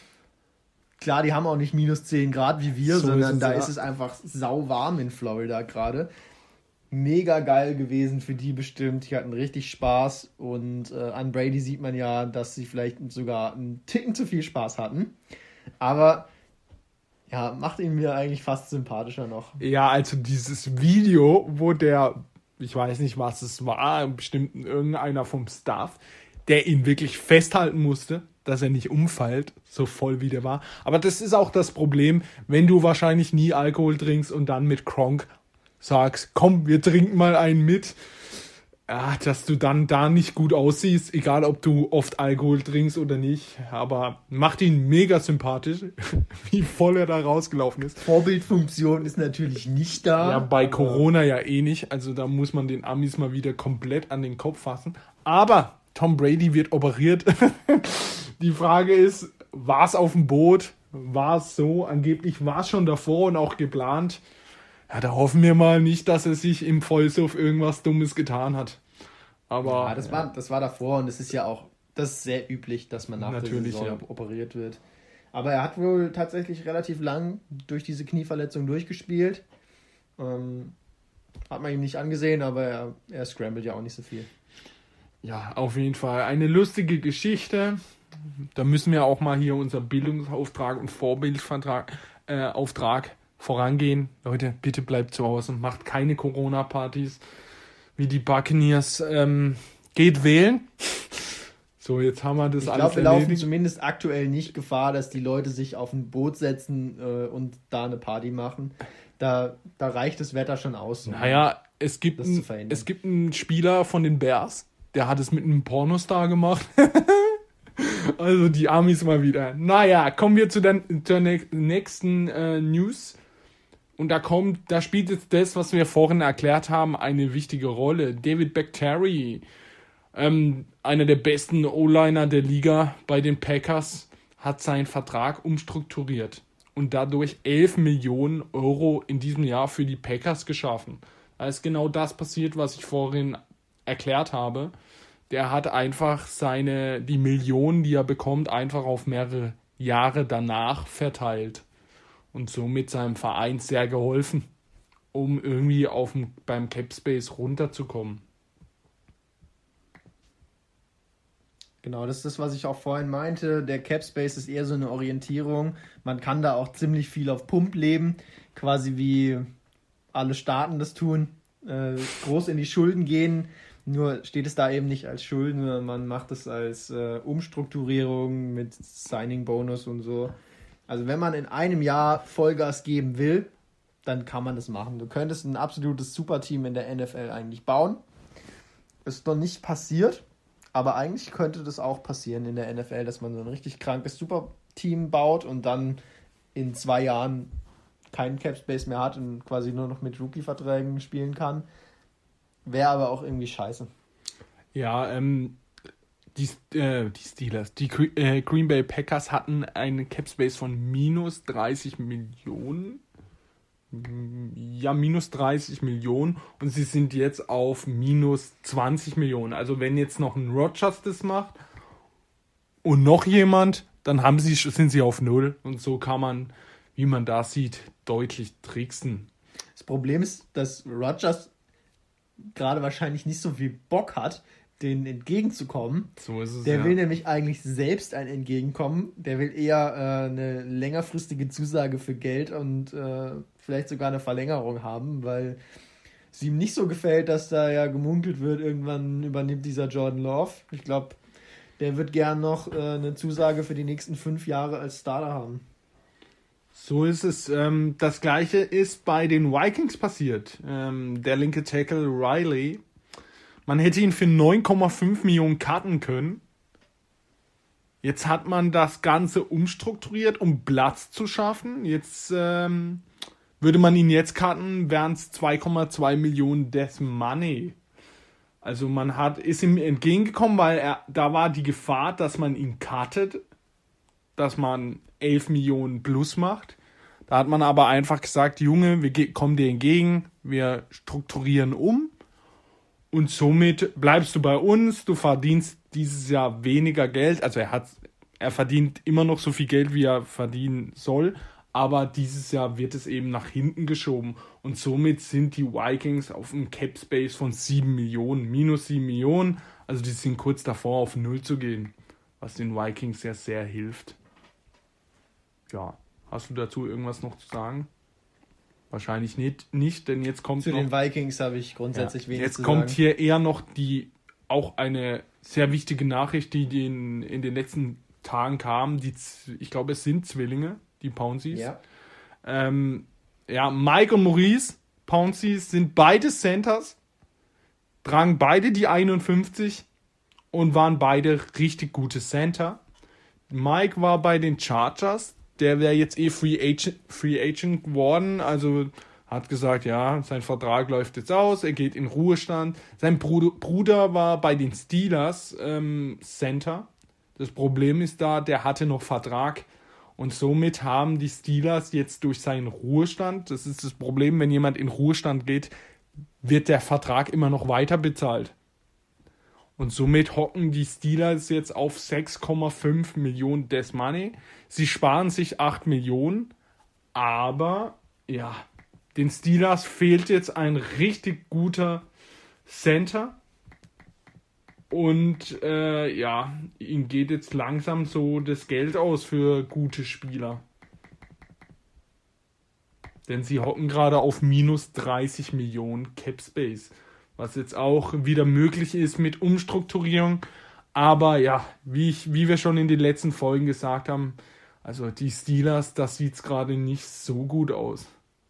Klar, die haben auch nicht minus zehn Grad wie wir, So sondern ist es, da ja. ist es einfach sauwarm in Florida gerade. Mega geil gewesen für die bestimmt. Die hatten richtig Spaß und äh, an Brady sieht man ja, dass sie vielleicht sogar einen Ticken zu viel Spaß hatten. Aber ja, macht ihn mir eigentlich fast sympathischer noch. Ja, also dieses Video, wo der, ich weiß nicht, was es war, bestimmt irgendeiner vom Staff, der ihn wirklich festhalten musste, dass er nicht umfällt, so voll wie der war. Aber das ist auch das Problem, wenn du wahrscheinlich nie Alkohol trinkst und dann mit Kronk sagst, komm, wir trinken mal einen mit. Ja, dass du dann da nicht gut aussiehst, egal ob du oft Alkohol trinkst oder nicht. Aber macht ihn mega sympathisch, wie voll er da rausgelaufen ist. Vorbildfunktion ist natürlich nicht da. Ja, bei Corona ja eh nicht. Also da muss man den Amis mal wieder komplett an den Kopf fassen. Aber Tom Brady wird operiert. Die Frage ist, war es auf dem Boot? War es so? Angeblich war es schon davor und auch geplant. Ja, da hoffen wir mal nicht, dass er sich im Vollsuff irgendwas Dummes getan hat. Aber ja, das, ja. War, das war davor und es ist ja auch, das ist sehr üblich, dass man nach Natürlich, der Saison ja. operiert wird. Aber er hat wohl tatsächlich relativ lang durch diese Knieverletzung durchgespielt. Ähm, hat man ihm nicht angesehen, aber er, er scrambled ja auch nicht so viel. Ja, auf jeden Fall eine lustige Geschichte. Da müssen wir auch mal hier unser Bildungsauftrag und Vorbildvertrag äh, Auftrag vorangehen. Leute, bitte bleibt zu Hause, macht keine Corona-Partys wie die Buccaneers. Ähm, geht wählen. So, jetzt haben wir das ich alles glaub, wir laufen erledigt. zumindest aktuell nicht Gefahr, dass die Leute sich auf ein Boot setzen äh, und da eine Party machen. Da, da reicht das Wetter schon aus. So Naja, es gibt, das ein, zu verhindern. es gibt einen Spieler von den Bears, der hat es mit einem Pornostar gemacht. Also die Amis mal wieder. Naja, kommen wir zu der, zur nächsten äh, News. Und da kommt, da spielt jetzt das, was wir vorhin erklärt haben, eine wichtige Rolle. David Bakhtiari, ähm, einer der besten O-Liner der Liga bei den Packers, hat seinen Vertrag umstrukturiert und dadurch elf Millionen Euro in diesem Jahr für die Packers geschaffen. Da ist genau das passiert, was ich vorhin erklärt habe. Der hat einfach seine, die Millionen, die er bekommt, einfach auf mehrere Jahre danach verteilt. Und somit seinem Verein sehr geholfen, um irgendwie auf dem, beim Capspace runterzukommen. Genau, das ist das, was ich auch vorhin meinte. Der Cap Space ist eher so eine Orientierung. Man kann da auch ziemlich viel auf Pump leben, quasi wie alle Staaten das tun, äh, groß in die Schulden gehen. Nur steht es da eben nicht als Schulden, sondern man macht es als äh, Umstrukturierung mit Signing-Bonus und so. Also wenn man in einem Jahr Vollgas geben will, dann kann man das machen. Du könntest ein absolutes Superteam in der N F L eigentlich bauen. Ist noch nicht passiert, aber eigentlich könnte das auch passieren in der N F L, dass man so ein richtig krankes Superteam baut und dann in zwei Jahren keinen Cap-Space mehr hat und quasi nur noch mit Rookie-Verträgen spielen kann. Wäre aber auch irgendwie scheiße. Ja, ähm, die, äh, die Steelers, die äh, Green Bay Packers hatten einen Cap-Space von minus dreißig Millionen. Ja, minus dreißig Millionen und sie sind jetzt auf minus zwanzig Millionen. Also wenn jetzt noch ein Rodgers das macht und noch jemand, dann haben sie, sind sie auf Null. Und so kann man, wie man da sieht, deutlich tricksen. Das Problem ist, dass Rodgers gerade wahrscheinlich nicht so viel Bock hat, denen entgegenzukommen. So ist es, Der ja. will nämlich eigentlich selbst ein Entgegenkommen. Der will eher äh, eine längerfristige Zusage für Geld und äh, vielleicht sogar eine Verlängerung haben, weil es ihm nicht so gefällt, dass da ja gemunkelt wird, irgendwann übernimmt dieser Jordan Love. Ich glaube, der wird gern noch äh, eine Zusage für die nächsten fünf Jahre als Starter haben. So ist es. Ähm, das gleiche ist bei den Vikings passiert. Ähm, der linke Tackle Riley, man hätte ihn für neun Komma fünf Millionen cutten können. Jetzt hat man das Ganze umstrukturiert, um Platz zu schaffen. Jetzt ähm, würde man ihn jetzt cutten, wären es zwei Komma zwei Millionen Death Money. Also man hat, ist ihm entgegengekommen, weil er, da war die Gefahr, dass man ihn cuttet, dass man elf Millionen plus macht. Da hat man aber einfach gesagt, Junge, wir ge- kommen dir entgegen, wir strukturieren um und somit bleibst du bei uns, du verdienst dieses Jahr weniger Geld, also er hat, er verdient immer noch so viel Geld, wie er verdienen soll, aber dieses Jahr wird es eben nach hinten geschoben und somit sind die Vikings auf einem Cap Space von sieben Millionen, minus sieben Millionen, also die sind kurz davor auf Null zu gehen, was den Vikings ja sehr hilft. Ja, hast du dazu irgendwas noch zu sagen? Wahrscheinlich nicht, nicht denn jetzt kommt Zu noch, den Vikings habe ich grundsätzlich ja, wenig jetzt zu kommt sagen. hier eher noch die auch eine sehr wichtige Nachricht, die den, in den letzten Tagen kam. Die, ich glaube, es sind Zwillinge, die Pounceys. Ja. Ähm, ja, Mike und Maurice Pounceys sind beide Centers, tragen beide die einundfünfzig und waren beide richtig gute Center. Mike war bei den Chargers, der wäre jetzt eh Free Agent, Free Agent geworden, also hat gesagt, ja, sein Vertrag läuft jetzt aus, er geht in Ruhestand. Sein Bruder, Bruder war bei den Steelers ähm, Center. Das Problem ist da, der hatte noch Vertrag und somit haben die Steelers jetzt durch seinen Ruhestand, das ist das Problem, wenn jemand in Ruhestand geht, wird der Vertrag immer noch weiter bezahlt. Und somit hocken die Steelers jetzt auf sechs Komma fünf Millionen Death Money. Sie sparen sich acht Millionen, aber ja, den Steelers fehlt jetzt ein richtig guter Center. Und äh, ja, ihnen geht jetzt langsam so das Geld aus für gute Spieler. Denn sie hocken gerade auf minus dreißig Millionen Cap Space. Was jetzt auch wieder möglich ist mit Umstrukturierung. Aber ja, wie, ich, wie wir schon in den letzten Folgen gesagt haben, also die Steelers, das sieht es gerade nicht so gut aus.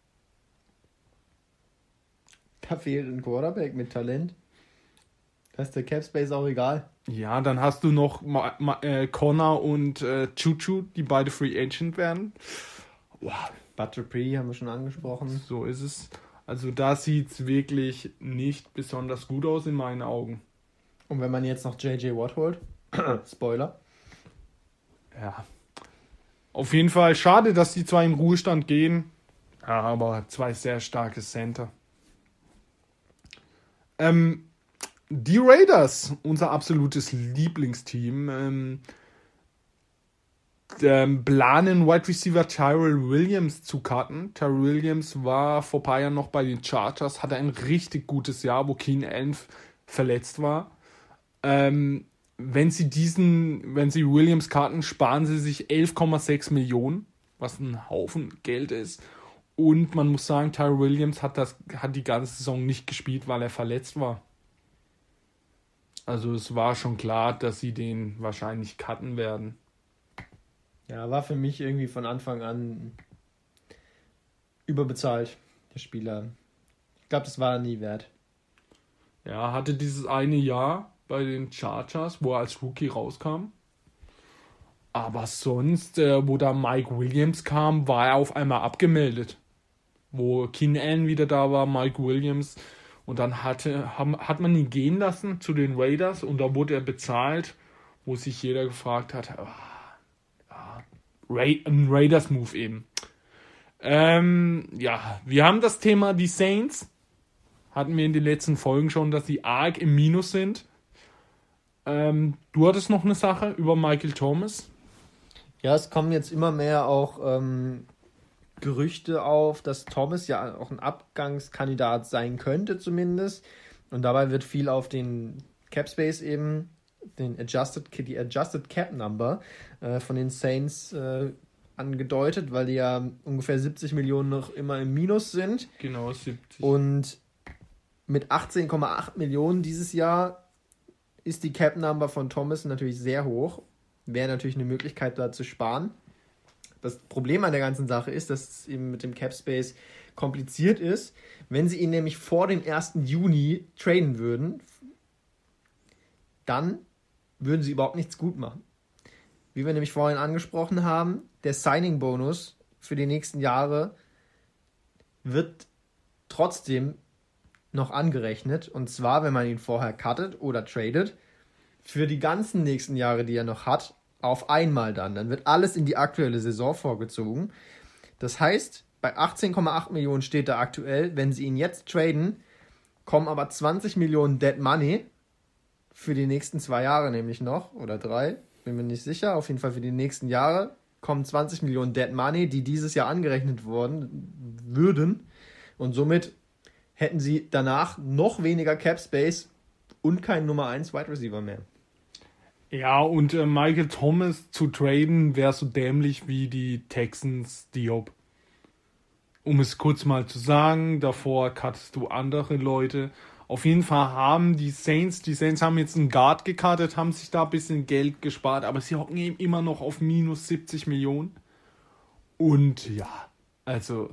Da fehlt ein Quarterback mit Talent. Da ist der Cap Space auch egal. Ja, dann hast du noch Ma- Ma- äh, Connor und äh, Chuchu, die beide Free Agent werden. Wow. Butterpree haben wir schon angesprochen. So ist es. Also da sieht es wirklich nicht besonders gut aus in meinen Augen. Und wenn man jetzt noch J J Watt holt, Spoiler. Ja. Auf jeden Fall schade, dass die zwei in Ruhestand gehen. Ja, aber zwei sehr starke Center. Ähm, die Raiders, unser absolutes Lieblingsteam, ähm, ähm, planen Wide Receiver Tyrell Williams zu cutten. Tyrell Williams war vor ein paar Jahren noch bei den Chargers, hatte ein richtig gutes Jahr, wo Keenan Allen verletzt war. Ähm, wenn sie diesen, wenn sie Williams cutten, sparen sie sich elf Komma sechs Millionen, was ein Haufen Geld ist. Und man muss sagen, Tyrell Williams hat das, hat die ganze Saison nicht gespielt, weil er verletzt war. Also es war schon klar, dass sie den wahrscheinlich cutten werden. Ja, war für mich irgendwie von Anfang an überbezahlt, der Spieler. Ich glaube, das war er nie wert. Ja, hatte dieses eine Jahr bei den Chargers, wo er als Rookie rauskam. Aber sonst, äh, wo da Mike Williams kam, war er auf einmal abgemeldet. Wo Keenan Allen wieder da war, Mike Williams. Und dann hatte, haben, hat man ihn gehen lassen zu den Raiders und da wurde er bezahlt, wo sich jeder gefragt hat, oh, ja, Ra- ein Raiders-Move eben. Ähm, ja, wir haben das Thema die Saints. Hatten wir in den letzten Folgen schon, dass sie arg im Minus sind. Ähm, du hattest noch eine Sache über Michael Thomas. Ja, es kommen jetzt immer mehr auch ähm, Gerüchte auf, dass Thomas ja auch ein Abgangskandidat sein könnte zumindest. Und dabei wird viel auf den Cap Space eben, den Adjusted, die Adjusted Cap Number äh, von den Saints äh, angedeutet, weil die ja ungefähr siebzig Millionen noch immer im Minus sind. Genau, siebzig. Und mit achtzehn Komma acht Millionen dieses Jahr ist die Cap Number von Thomas natürlich sehr hoch. Wäre natürlich eine Möglichkeit, da zu sparen. Das Problem an der ganzen Sache ist, dass es eben mit dem Cap Space kompliziert ist. Wenn sie ihn nämlich vor dem ersten Juni traden würden, dann würden sie überhaupt nichts gut machen. Wie wir nämlich vorhin angesprochen haben, der Signing-Bonus für die nächsten Jahre wird trotzdem noch angerechnet. Und zwar, wenn man ihn vorher cuttet oder tradet, für die ganzen nächsten Jahre, die er noch hat, auf einmal dann. Dann wird alles in die aktuelle Saison vorgezogen. Das heißt, bei achtzehn Komma acht Millionen steht da aktuell, wenn sie ihn jetzt traden, kommen aber zwanzig Millionen Dead Money für die nächsten zwei Jahre nämlich noch, oder drei, bin mir nicht sicher, auf jeden Fall für die nächsten Jahre kommen zwanzig Millionen Dead Money, die dieses Jahr angerechnet worden würden und somit hätten sie danach noch weniger Cap Space und keinen Nummer eins Wide Receiver mehr. Ja, und äh, Michael Thomas zu traden wäre so dämlich wie die Texans Diop. Um es kurz mal zu sagen, davor cuttest du andere Leute. Auf jeden Fall haben die Saints, die Saints haben jetzt einen Guard gecuttet, haben sich da ein bisschen Geld gespart, aber sie hocken eben immer noch auf minus siebzig Millionen. Und ja, also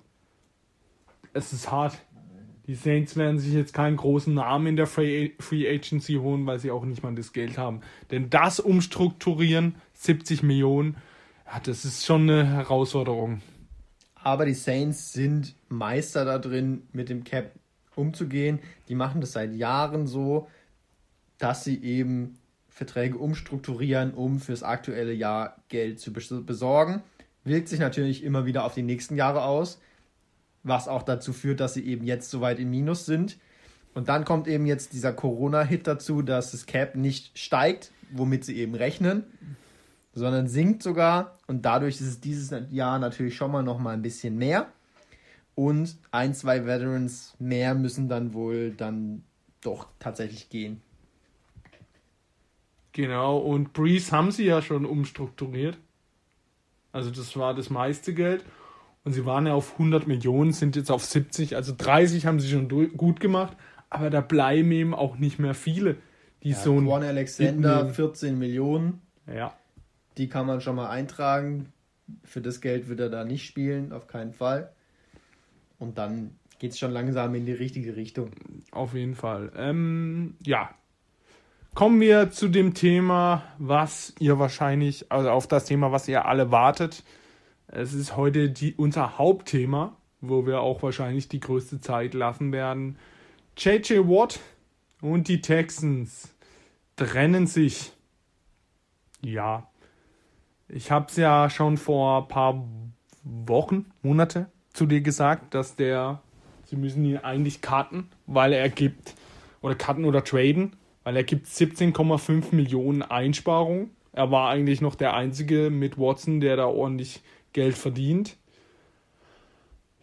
es ist hart. Die Saints werden sich jetzt keinen großen Namen in der Free Agency holen, weil sie auch nicht mal das Geld haben. Denn das umstrukturieren, siebzig Millionen, ja, das ist schon eine Herausforderung. Aber die Saints sind Meister da drin, mit dem Cap umzugehen. Die machen das seit Jahren so, dass sie eben Verträge umstrukturieren, um fürs aktuelle Jahr Geld zu besorgen. Wirkt sich natürlich immer wieder auf die nächsten Jahre aus, was auch dazu führt, dass sie eben jetzt so weit im Minus sind. Und dann kommt eben jetzt dieser Corona-Hit dazu, dass das Cap nicht steigt, womit sie eben rechnen, sondern sinkt sogar. Und dadurch ist es dieses Jahr natürlich schon mal noch mal ein bisschen mehr. Und ein, zwei Veterans mehr müssen dann wohl dann doch tatsächlich gehen. Genau, und Breeze haben sie ja schon umstrukturiert. Also das war das meiste Geld. Und sie waren ja auf hundert Millionen, sind jetzt auf siebzig, also dreißig haben sie schon gut gemacht, aber da bleiben eben auch nicht mehr viele. Die ja, so ein Quan Alexander, vierzehn Millionen, ja. Die kann man schon mal eintragen. Für das Geld wird er da nicht spielen, auf keinen Fall. Und dann geht es schon langsam in die richtige Richtung. Auf jeden Fall. Ähm, ja. Kommen wir zu dem Thema, was ihr wahrscheinlich, also auf das Thema, was ihr alle wartet. Es ist heute die, unser Hauptthema, wo wir auch wahrscheinlich die größte Zeit lassen werden. J J Watt und die Texans trennen sich. Ja, ich habe es ja schon vor ein paar Wochen, Monate zu dir gesagt, dass der, sie müssen ihn eigentlich cutten, weil er gibt, oder cutten oder traden, weil er gibt siebzehn Komma fünf Millionen Einsparung. Er war eigentlich noch der Einzige mit Watson, der da ordentlich Geld verdient. Ja,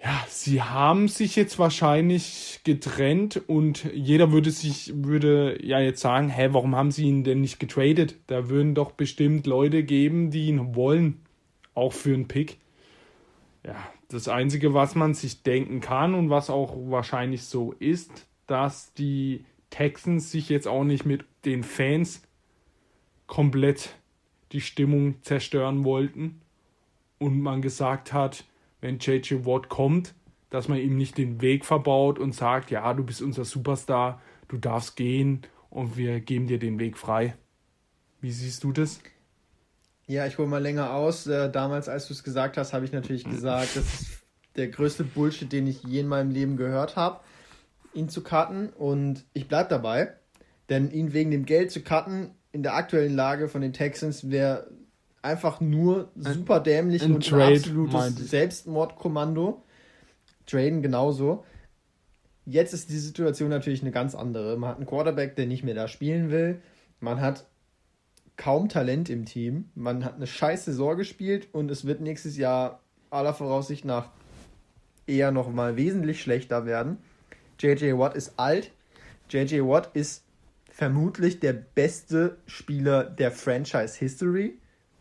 Ja, sie haben sich jetzt wahrscheinlich getrennt und jeder würde sich, würde ja jetzt sagen, hä, warum haben sie ihn denn nicht getradet? Da würden doch bestimmt Leute geben, die ihn wollen, auch für einen Pick. Ja, das Einzige, was man sich denken kann und was auch wahrscheinlich so ist, dass die Texans sich jetzt auch nicht mit den Fans komplett die Stimmung zerstören wollten und man gesagt hat, wenn J J Watt kommt, dass man ihm nicht den Weg verbaut und sagt, ja, du bist unser Superstar, du darfst gehen und wir geben dir den Weg frei. Wie siehst du das? Ja, ich hole mal länger aus. Äh, damals, als du es gesagt hast, habe ich natürlich gesagt, das ist der größte Bullshit, den ich je in meinem Leben gehört habe, ihn zu cutten. Und ich bleibe dabei, denn ihn wegen dem Geld zu cutten in der aktuellen Lage von den Texans wäre einfach nur super dämlich ein und Trade, ein absolutes meinte ich. Selbstmordkommando. Traden genauso. Jetzt ist die Situation natürlich eine ganz andere. Man hat einen Quarterback, der nicht mehr da spielen will. Man hat kaum Talent im Team. Man hat eine scheiß Saison gespielt und es wird nächstes Jahr aller Voraussicht nach eher noch mal wesentlich schlechter werden. J J Watt ist alt. J J Watt ist vermutlich der beste Spieler der Franchise-History.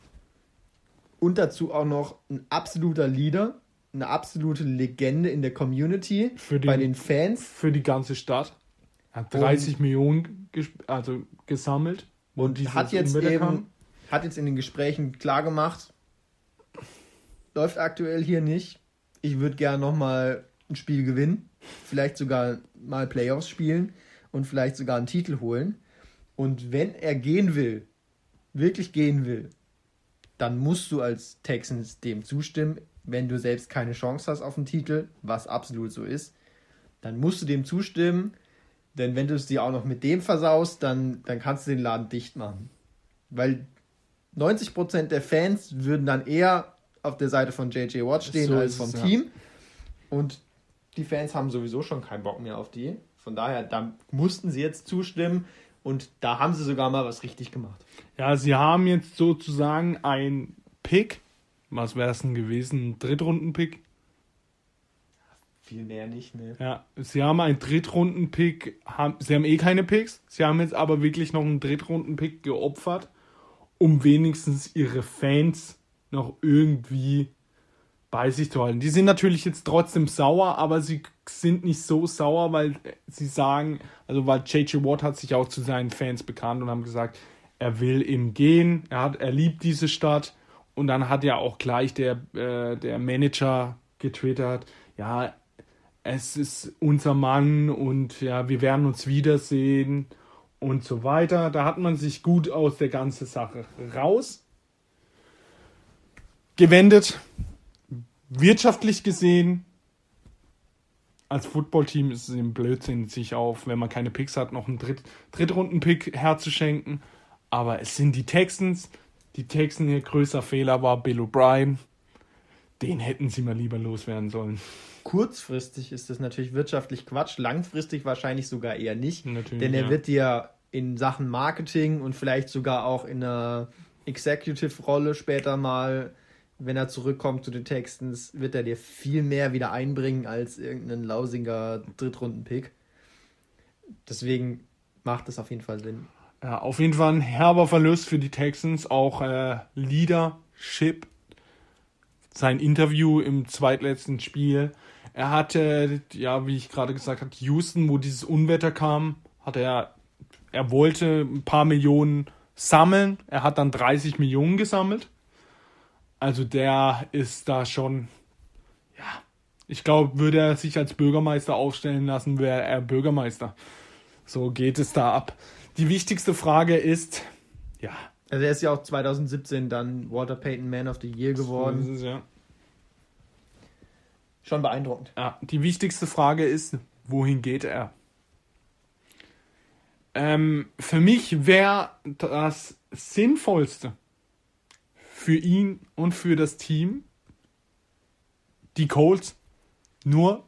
Und dazu auch noch ein absoluter Leader, eine absolute Legende in der Community, Für den, bei den Fans. Für die ganze Stadt. Er hat dreißig Millionen gesp- also gesammelt. Und dieses hat jetzt Unwetter eben, kam. hat jetzt in den Gesprächen klargemacht, läuft aktuell hier nicht. Ich würde gerne nochmal ein Spiel gewinnen, vielleicht sogar mal Playoffs spielen und vielleicht sogar einen Titel holen. Und wenn er gehen will, wirklich gehen will, dann musst du als Texans dem zustimmen, wenn du selbst keine Chance hast auf den Titel, was absolut so ist, dann musst du dem zustimmen, denn wenn du es dir auch noch mit dem versaust, dann, dann kannst du den Laden dicht machen. Weil neunzig Prozent der Fans würden dann eher auf der Seite von J J Watt stehen So als ist vom es, ja. Team. Und die Fans haben sowieso schon keinen Bock mehr auf die. Von daher, da mussten sie jetzt zustimmen und da haben sie sogar mal was richtig gemacht. Ja, sie haben jetzt sozusagen ein Pick. Was wäre es denn gewesen? Ein Drittrunden-Pick? Viel mehr nicht, ne? Ja, sie haben einen Drittrunden-Pick. Haben, sie haben eh keine Picks. Sie haben jetzt aber wirklich noch einen Drittrunden-Pick geopfert, um wenigstens ihre Fans noch irgendwie bei sich zu halten. Die sind natürlich jetzt trotzdem sauer, aber sie sind nicht so sauer, weil sie sagen, also weil J J Watt hat sich auch zu seinen Fans bekannt und haben gesagt, er will eben gehen, er hat, er liebt diese Stadt und dann hat ja auch gleich der, äh, der Manager getwittert, ja, es ist unser Mann und ja, wir werden uns wiedersehen und so weiter. Da hat man sich gut aus der ganzen Sache raus gewendet. Wirtschaftlich gesehen, als Footballteam ist es im Blödsinn, sich auf, wenn man keine Picks hat, noch einen Dritt- Drittrunden-Pick herzuschenken. Aber es sind die Texans. Die Texans, ihr größter Fehler war Bill O'Brien. Den hätten sie mal lieber loswerden sollen. Kurzfristig ist das natürlich wirtschaftlich Quatsch, langfristig wahrscheinlich sogar eher nicht. Natürlich, denn er ja. wird dir in Sachen Marketing und vielleicht sogar auch in einer Executive-Rolle später mal, wenn er zurückkommt zu den Texans, wird er dir viel mehr wieder einbringen als irgendein lausiger Drittrunden-Pick. Deswegen macht es auf jeden Fall Sinn. Ja, auf jeden Fall ein herber Verlust für die Texans, auch äh, Leadership. Sein Interview im zweitletzten Spiel. Er hatte, ja, wie ich gerade gesagt habe, Houston, wo dieses Unwetter kam, hat er, er wollte ein paar Millionen sammeln. Er hat dann dreißig Millionen gesammelt. Also der ist da schon, ja, ich glaube, würde er sich als Bürgermeister aufstellen lassen, wäre er Bürgermeister. So geht es da ab. Die wichtigste Frage ist, ja. Also er ist ja auch zwanzig siebzehn dann Walter Payton Man of the Year geworden. So ist es, ja. Schon beeindruckend. Ja, die wichtigste Frage ist, wohin geht er? Ähm, für mich wäre das Sinnvollste für ihn und für das Team die Colts. Nur,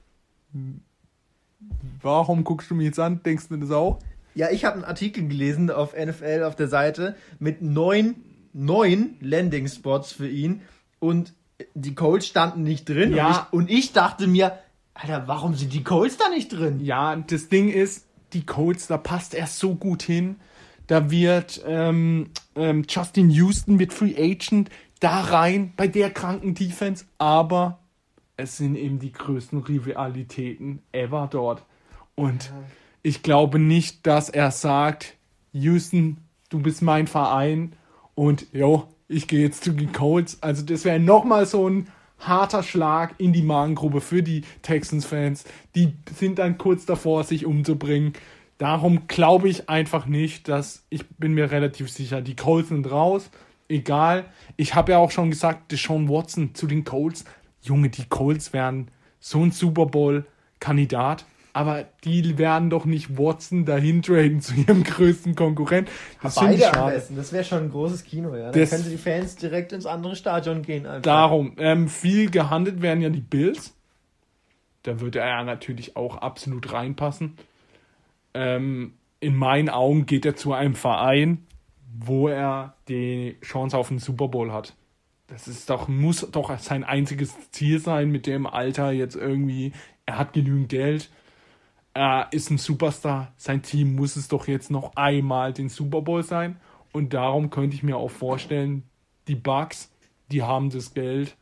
warum guckst du mich jetzt an? Denkst du das auch? Ja, ich habe einen Artikel gelesen auf N F L auf der Seite mit neun, neun Landing-Spots für ihn und die Colts standen nicht drin. Ja. Und, ich, und ich dachte mir, Alter, warum sind die Colts da nicht drin? Ja, das Ding ist, die Colts, da passt er so gut hin. Da wird ähm, ähm, Justin Houston mit Free Agent da rein bei der kranken Defense. Aber es sind eben die größten Rivalitäten ever dort. Und ja. ich glaube nicht, dass er sagt, Houston, du bist mein Verein und jo, ich gehe jetzt zu den Colts. Also das wäre nochmal so ein harter Schlag in die Magengrube für die Texans-Fans. Die sind dann kurz davor, sich umzubringen. Darum glaube ich einfach nicht, dass, ich bin mir relativ sicher, die Colts sind raus. Egal. Ich habe ja auch schon gesagt, Deshaun Watson zu den Colts. Junge, die Colts wären so ein Super Bowl-Kandidat. Aber die werden doch nicht Watson dahin traden zu ihrem größten Konkurrent. Das Beide am besten. Das wäre schon ein großes Kino. Ja. Dann können die Fans direkt ins andere Stadion gehen. Einfach. Darum. Ähm, viel gehandelt werden ja die Bills. Da würde er ja natürlich auch absolut reinpassen. Ähm, in meinen Augen geht er zu einem Verein, wo er die Chance auf den Super Bowl hat. Das ist doch, muss doch sein einziges Ziel sein mit dem Alter jetzt irgendwie. Er hat genügend Geld. Er ist ein Superstar. Sein Team muss es doch jetzt noch einmal den Super Bowl sein. Und darum könnte ich mir auch vorstellen, die Bucks, die haben das Geld.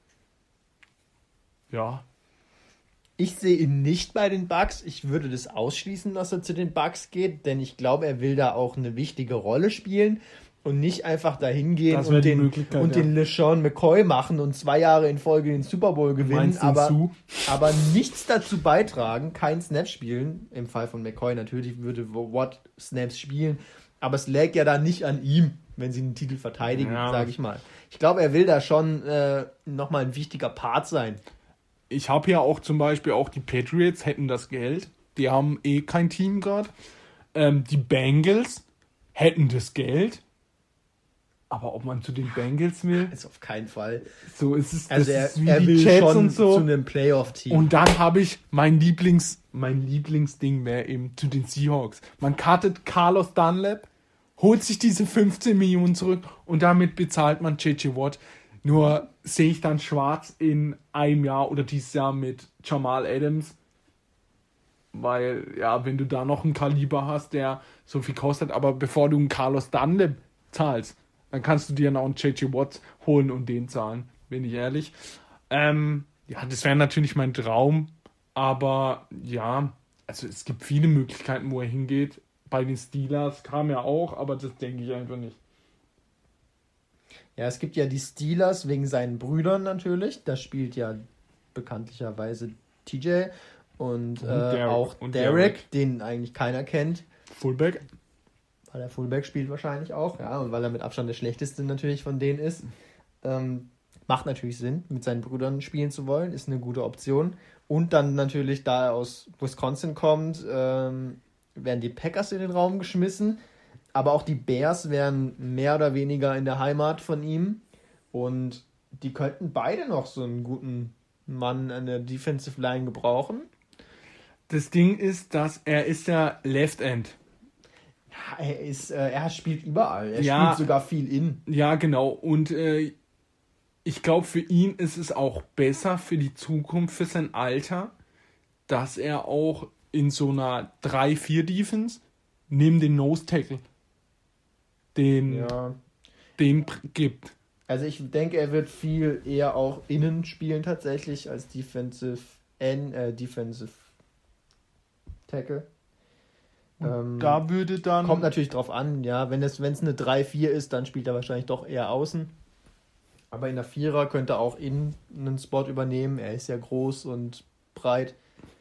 Ja. Ich sehe ihn nicht bei den Bucks. Ich würde das ausschließen, dass er zu den Bucks geht, denn ich glaube, er will da auch eine wichtige Rolle spielen und nicht einfach dahin gehen und, den, und ja. den LeSean McCoy machen und zwei Jahre in Folge den Super Bowl gewinnen, aber, aber nichts dazu beitragen, kein Snap spielen. Im Fall von McCoy natürlich würde Watt Snaps spielen, aber es lag ja da nicht an ihm, wenn sie den Titel verteidigen, ja. sage ich mal. Ich glaube, er will da schon äh, nochmal ein wichtiger Part sein. Ich habe ja auch zum Beispiel auch die Patriots hätten das Geld. Die haben eh kein Team gerade. Ähm, die Bengals hätten das Geld. Aber ob man zu den Bengals will? Ist auf keinen Fall. So ist es. Also er, ist wie er die will Jets schon und so. Zu einem Playoff-Team. Und dann habe ich mein Lieblings, mein Lieblingsding wäre eben zu den Seahawks. Man cuttet Carlos Dunlap, holt sich diese fünfzehn Millionen zurück und damit bezahlt man J J Watt. Nur sehe ich dann schwarz in einem Jahr oder dieses Jahr mit Jamal Adams. Weil, ja, wenn du da noch einen Kaliber hast, der so viel kostet, aber bevor du einen Carlos Dunlap zahlst, dann kannst du dir noch einen J J Watt holen und den zahlen, bin ich ehrlich. Ähm, ja, das wäre natürlich mein Traum, aber ja, also es gibt viele Möglichkeiten, wo er hingeht. Bei den Steelers kam er auch, aber das denke ich einfach nicht. Ja, es gibt ja die Steelers wegen seinen Brüdern natürlich. Da spielt ja bekanntlicherweise T J und, und äh, Derek, auch und Derek, Derek, den eigentlich keiner kennt. Fullback. Weil er Fullback spielt wahrscheinlich auch, ja, und weil er mit Abstand der schlechteste natürlich von denen ist. Ähm, macht natürlich Sinn, mit seinen Brüdern spielen zu wollen, ist eine gute Option. Und dann natürlich, da er aus Wisconsin kommt, ähm, werden die Packers in den Raum geschmissen. Aber auch die Bears wären mehr oder weniger in der Heimat von ihm. Und die könnten beide noch so einen guten Mann an der Defensive Line gebrauchen. Das Ding ist, dass er ist ja Left End. Ja, er, ist, äh, er spielt überall. Er ja, spielt sogar viel in. Ja, genau. Und äh, ich glaube, für ihn ist es auch besser für die Zukunft, für sein Alter, dass er auch in so einer drei vier Defense neben den Nose Tackle den, ja. den gibt. Also ich denke, er wird viel eher auch innen spielen tatsächlich als Defensive End, äh, Defensive Tackle. Ähm, da würde dann... Kommt natürlich drauf an, ja. Wenn es wenn es eine drei vier ist, dann spielt er wahrscheinlich doch eher außen. Aber in der Vierer könnte er auch innen einen Spot übernehmen. Er ist ja groß und breit.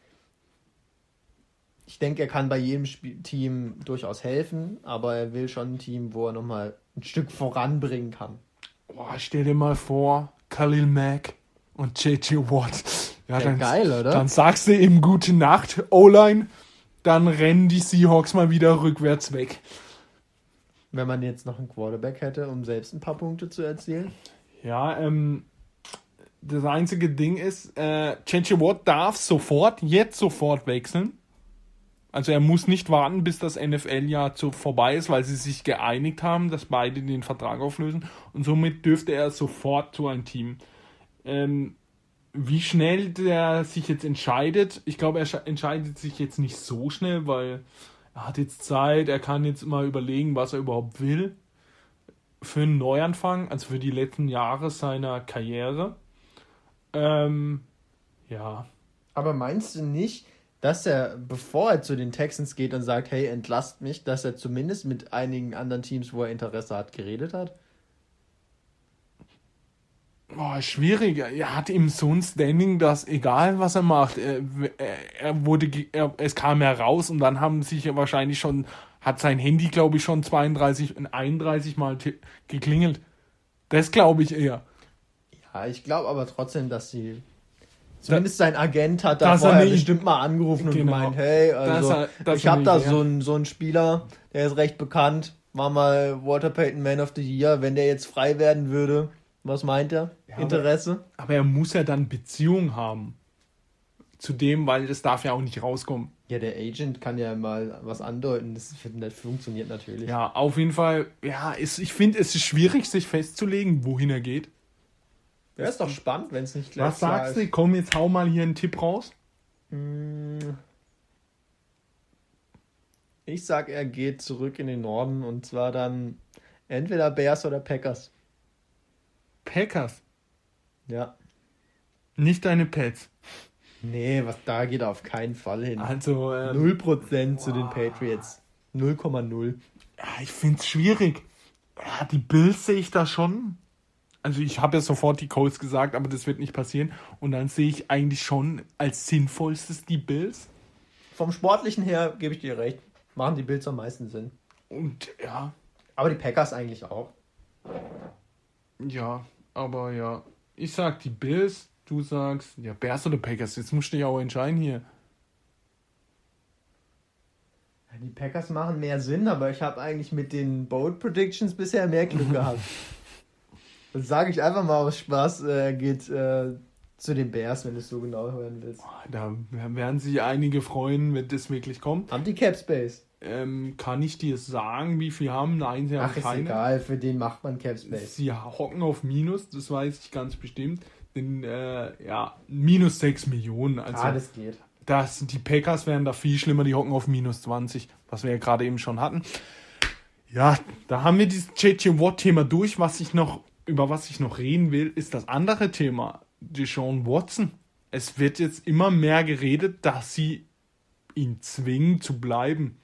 Ich denke, er kann bei jedem Sp- Team durchaus helfen, aber er will schon ein Team, wo er nochmal ein Stück voranbringen kann. Boah, stell dir mal vor, Khalil Mack und J J Watt. Ja, ja, dann, geil, oder? Dann sagst du ihm gute Nacht, O-Line, dann rennen die Seahawks mal wieder rückwärts weg. Wenn man jetzt noch einen Quarterback hätte, um selbst ein paar Punkte zu erzielen. Ja, ähm, das einzige Ding ist, äh, J J Watt darf sofort, jetzt sofort wechseln. Also er muss nicht warten, bis das N F L-Jahr zu vorbei ist, weil sie sich geeinigt haben, dass beide den Vertrag auflösen. Und somit dürfte er sofort zu einem Team. Ähm, wie schnell der sich jetzt entscheidet, ich glaube, er sche- entscheidet sich jetzt nicht so schnell, weil er hat jetzt Zeit, er kann jetzt mal überlegen, was er überhaupt will für einen Neuanfang, also für die letzten Jahre seiner Karriere. Ähm, ja. Aber meinst du nicht, dass er, bevor er zu den Texans geht und sagt, hey, entlasst mich, dass er zumindest mit einigen anderen Teams, wo er Interesse hat, geredet hat? Boah, schwierig. Er hat eben so ein Standing, dass egal was er macht, er, er, er wurde, ge- er, es kam heraus und dann haben sich ja wahrscheinlich schon, hat sein Handy, glaube ich, schon zweiunddreißig, einunddreißig Mal t- geklingelt. Das glaube ich eher. Ja, ich glaube aber trotzdem, dass sie. Zumindest sein Agent hat dass da er vorher nicht- bestimmt mal angerufen und Genau. gemeint, hey, also Dass er- dass ich er habe nicht- da ja. so einen so einen Spieler, der ist recht bekannt, war mal Walter Payton Man of the Year, wenn der jetzt frei werden würde, was meint er? Ja, Interesse? Aber er muss ja dann Beziehung haben zu dem, weil das darf ja auch nicht rauskommen. Ja, der Agent kann ja mal was andeuten, das, das funktioniert natürlich. Ja, auf jeden Fall, ja, ist, ich finde, es ist schwierig, sich festzulegen, wohin er geht. Ja, ist doch spannend, wenn es nicht gleich Was sagst du? Komm, jetzt hau mal hier einen Tipp raus. Hm. Ich sag, er geht zurück in den Norden und zwar dann entweder Bears oder Packers. Packers, Ja. nicht deine Pets. Nee, was da geht auf keinen Fall hin. Also, ähm, null Prozent zu den Patriots. null Komma null. ja, ich finde es schwierig. Ja, die Bills sehe ich da schon. Also ich habe ja sofort die Colts gesagt, aber das wird nicht passieren. Und dann sehe ich eigentlich schon als sinnvollstes die Bills. Vom Sportlichen her gebe ich dir recht. Machen die Bills am meisten Sinn. Und ja, Aber die Packers eigentlich auch. ja, aber ja. Ich sag die Bills, du sagst, ja, Bears oder Packers. Jetzt musst du dich auch entscheiden hier. Die Packers machen mehr Sinn, aber ich habe eigentlich mit den Bold Predictions bisher mehr Glück gehabt. Das sage ich einfach mal aus Spaß. Äh, geht äh, zu den Bears, wenn du es so genau hören willst. Da werden sich einige freuen, wenn das wirklich kommt. Haben die Cap Space? Ähm, kann ich dir sagen, wie viel haben? Nein, sie haben Ach, ist keine. egal, für den macht man Cap Space. Sie hocken auf Minus, das weiß ich ganz bestimmt. Denn, äh, ja, minus sechs Millionen. Also, Ah, das geht. das, die Packers wären da viel schlimmer, die hocken auf minus zwanzig, was wir ja gerade eben schon hatten. Ja, da haben wir dieses J J Watt-Thema durch. Was ich noch, über was ich noch reden will, ist das andere Thema. Deshaun Watson. Es wird jetzt immer mehr geredet, dass sie ihn zwingen zu bleiben.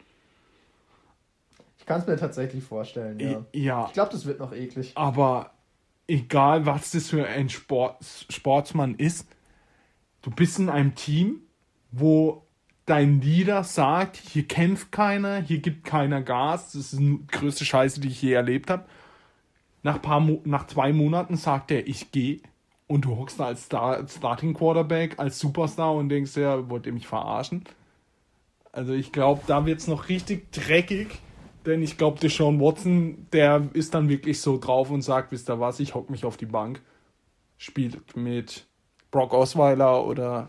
Ich kann es mir tatsächlich vorstellen, ja. Ja, Ich glaube, das wird noch eklig. aber egal, was das für ein Sport, Sportsmann ist, du bist in einem Team, wo dein Leader sagt, hier kämpft keiner, hier gibt keiner Gas, das ist die größte Scheiße, die ich je erlebt habe. Nach, paar Mo- nach zwei Monaten sagt er, ich gehe. Und du hockst da als Star Starting Quarterback, als Superstar und denkst, ja, wollt ihr mich verarschen? Also ich glaube, da wird es noch richtig dreckig. Denn ich glaube, der Deshaun Watson, der ist dann wirklich so drauf und sagt, wisst ihr was, ich hock mich auf die Bank. Spielt mit Brock Osweiler oder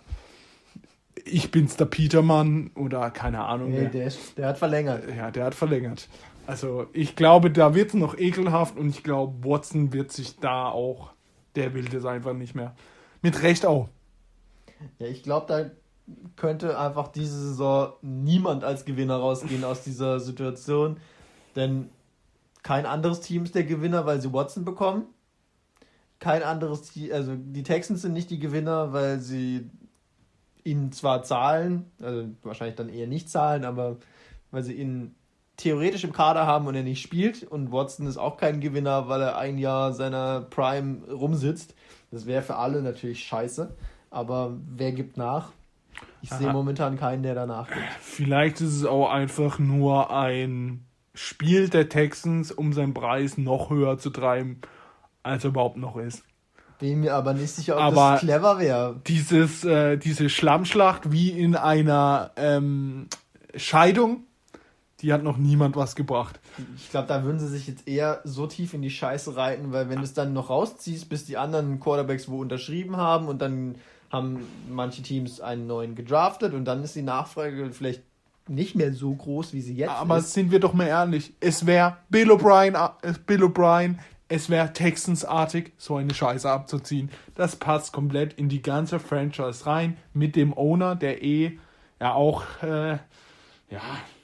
ich bin's der Petermann oder keine Ahnung. Nee, wer. der, ist, der hat verlängert. Ja, der hat verlängert. Also ich glaube, da wird es noch ekelhaft und ich glaube, Watson wird sich da auch, der will das einfach nicht mehr. Mit Recht auch. Ja, ich glaube, da könnte einfach diese Saison niemand als Gewinner rausgehen aus dieser Situation. Denn kein anderes Team ist der Gewinner, weil sie Watson bekommen. Kein anderes Team, also die Texans sind nicht die Gewinner, weil sie ihn zwar zahlen, also wahrscheinlich dann eher nicht zahlen, aber weil sie ihn theoretisch im Kader haben und er nicht spielt. Und Watson ist auch kein Gewinner, weil er ein Jahr seiner Prime rumsitzt. Das wäre für alle natürlich scheiße. Aber wer gibt nach? Ich sehe Aha. momentan keinen, der danach gibt. Vielleicht ist es auch einfach nur ein Spiel der Texans, um seinen Preis noch höher zu treiben, als er überhaupt noch ist. Bin mir aber nicht sicher, ob Aber das clever wäre. Dieses, äh, diese Schlammschlacht wie in einer ähm, Scheidung, die hat noch niemand was gebracht. Ich glaube, da würden sie sich jetzt eher so tief in die Scheiße reiten, weil wenn du es dann noch rausziehst, bis die anderen Quarterbacks wo unterschrieben haben und dann haben manche Teams einen neuen gedraftet und dann ist die Nachfrage vielleicht nicht mehr so groß, wie sie jetzt Aber ist. sind wir doch mal ehrlich, es wäre Bill O'Brien, äh, Bill O'Brien, es wäre Texans-artig, so eine Scheiße abzuziehen. Das passt komplett in die ganze Franchise rein, mit dem Owner, der eh ja auch, äh, ja,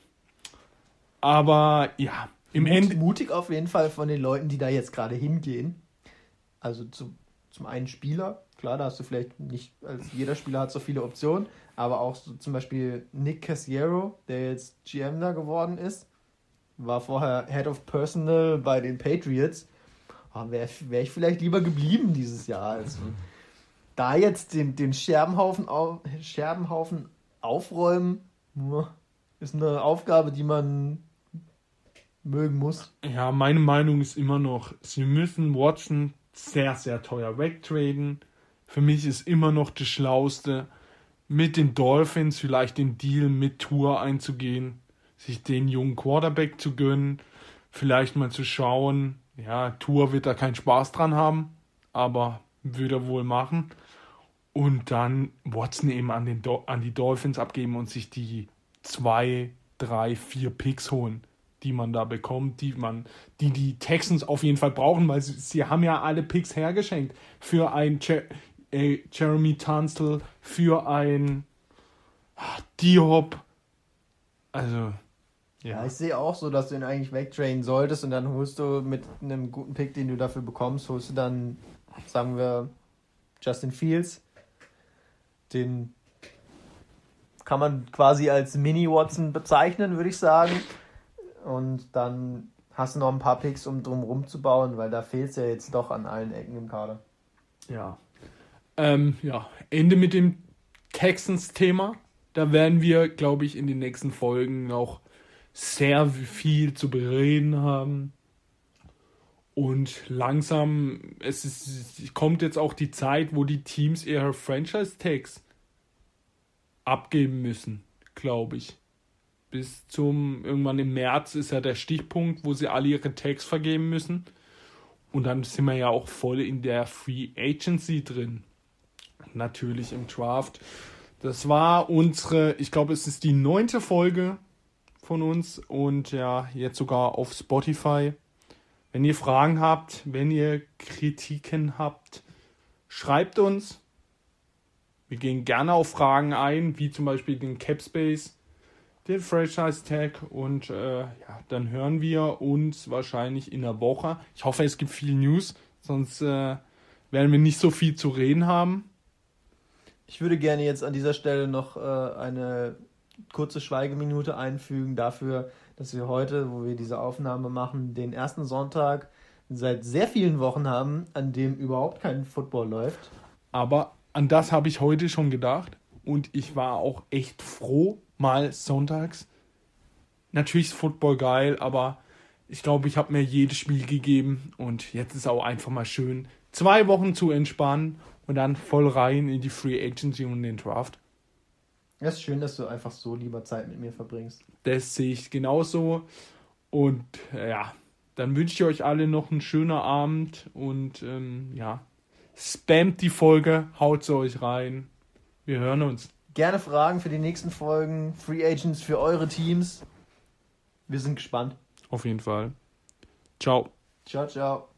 aber ja, im Mut, Ende... Mutig auf jeden Fall von den Leuten, die da jetzt gerade hingehen. Also zum, zum einen Spieler, klar, da hast du vielleicht nicht, als jeder Spieler hat so viele Optionen, aber auch so zum Beispiel Nick Cassiero, der jetzt G M da geworden ist, war vorher Head of Personal bei den Patriots. Oh, wäre wär ich vielleicht lieber geblieben dieses Jahr. Also, da jetzt den, den Scherbenhaufen, auf, Scherbenhaufen aufräumen, ist eine Aufgabe, die man mögen muss. Ja, meine Meinung ist immer noch, sie müssen Watson sehr, sehr teuer wegtraden. Für mich ist immer noch das Schlauste, mit den Dolphins vielleicht den Deal mit Tour einzugehen, sich den jungen Quarterback zu gönnen, vielleicht mal zu schauen, ja, Tour wird da keinen Spaß dran haben, aber würde er wohl machen. Und dann Watson eben an, den Do- an die Dolphins abgeben und sich die zwei, drei, vier Picks holen, die man da bekommt, die man, die die Texans auf jeden Fall brauchen, weil sie, sie haben ja alle Picks hergeschenkt für ein Je- äh, Jeremy Tunstall, für ein ach, Diop. Also, Ja, ja. ich sehe auch so, dass du ihn eigentlich wegtrainen solltest und dann holst du mit einem guten Pick, den du dafür bekommst, holst du dann, sagen wir, Justin Fields. Den kann man quasi als Mini-Watson bezeichnen, würde ich sagen. Und dann hast du noch ein paar Picks, um drum rumzubauen, weil da fehlt es ja jetzt doch an allen Ecken im Kader. Ja. Ähm, ja, Ende mit dem Texans-Thema. Da werden wir, glaube ich, in den nächsten Folgen noch sehr viel zu bereden haben. Und langsam, es ist, kommt jetzt auch die Zeit, wo die Teams ihre Franchise-Tags abgeben müssen, glaube ich. Bis zum, irgendwann im März ist ja der Stichpunkt, wo sie alle ihre Tags vergeben müssen. Und dann sind wir ja auch voll in der Free Agency drin. Natürlich im Draft. Das war unsere, ich glaube, es ist die neunte Folge von uns und ja, jetzt sogar auf Spotify. Wenn ihr Fragen habt, wenn ihr Kritiken habt, schreibt uns. Wir gehen gerne auf Fragen ein, wie zum Beispiel den Capspace, den Franchise Tag und äh, ja, dann hören wir uns wahrscheinlich in der Woche. Ich hoffe, es gibt viel News, sonst äh, werden wir nicht so viel zu reden haben. Ich würde gerne jetzt an dieser Stelle noch äh, eine kurze Schweigeminute einfügen dafür, dass wir heute, wo wir diese Aufnahme machen, den ersten Sonntag seit sehr vielen Wochen haben, an dem überhaupt kein Football läuft. Aber an das habe ich heute schon gedacht und ich war auch echt froh, mal sonntags. Natürlich ist Football geil, aber ich glaube, ich habe mir jedes Spiel gegeben und jetzt ist auch einfach mal schön, zwei Wochen zu entspannen und dann voll rein in die Free Agency und den Draft. Es ist schön, dass du einfach so lieber Zeit mit mir verbringst. Das sehe ich genauso. Und äh, ja, dann wünsche ich euch alle noch einen schönen Abend und ähm, ja, spamt die Folge, haut sie euch rein. Wir hören uns. Gerne Fragen für die nächsten Folgen, Free Agents für eure Teams. Wir sind gespannt. Auf jeden Fall. Ciao. Ciao, ciao.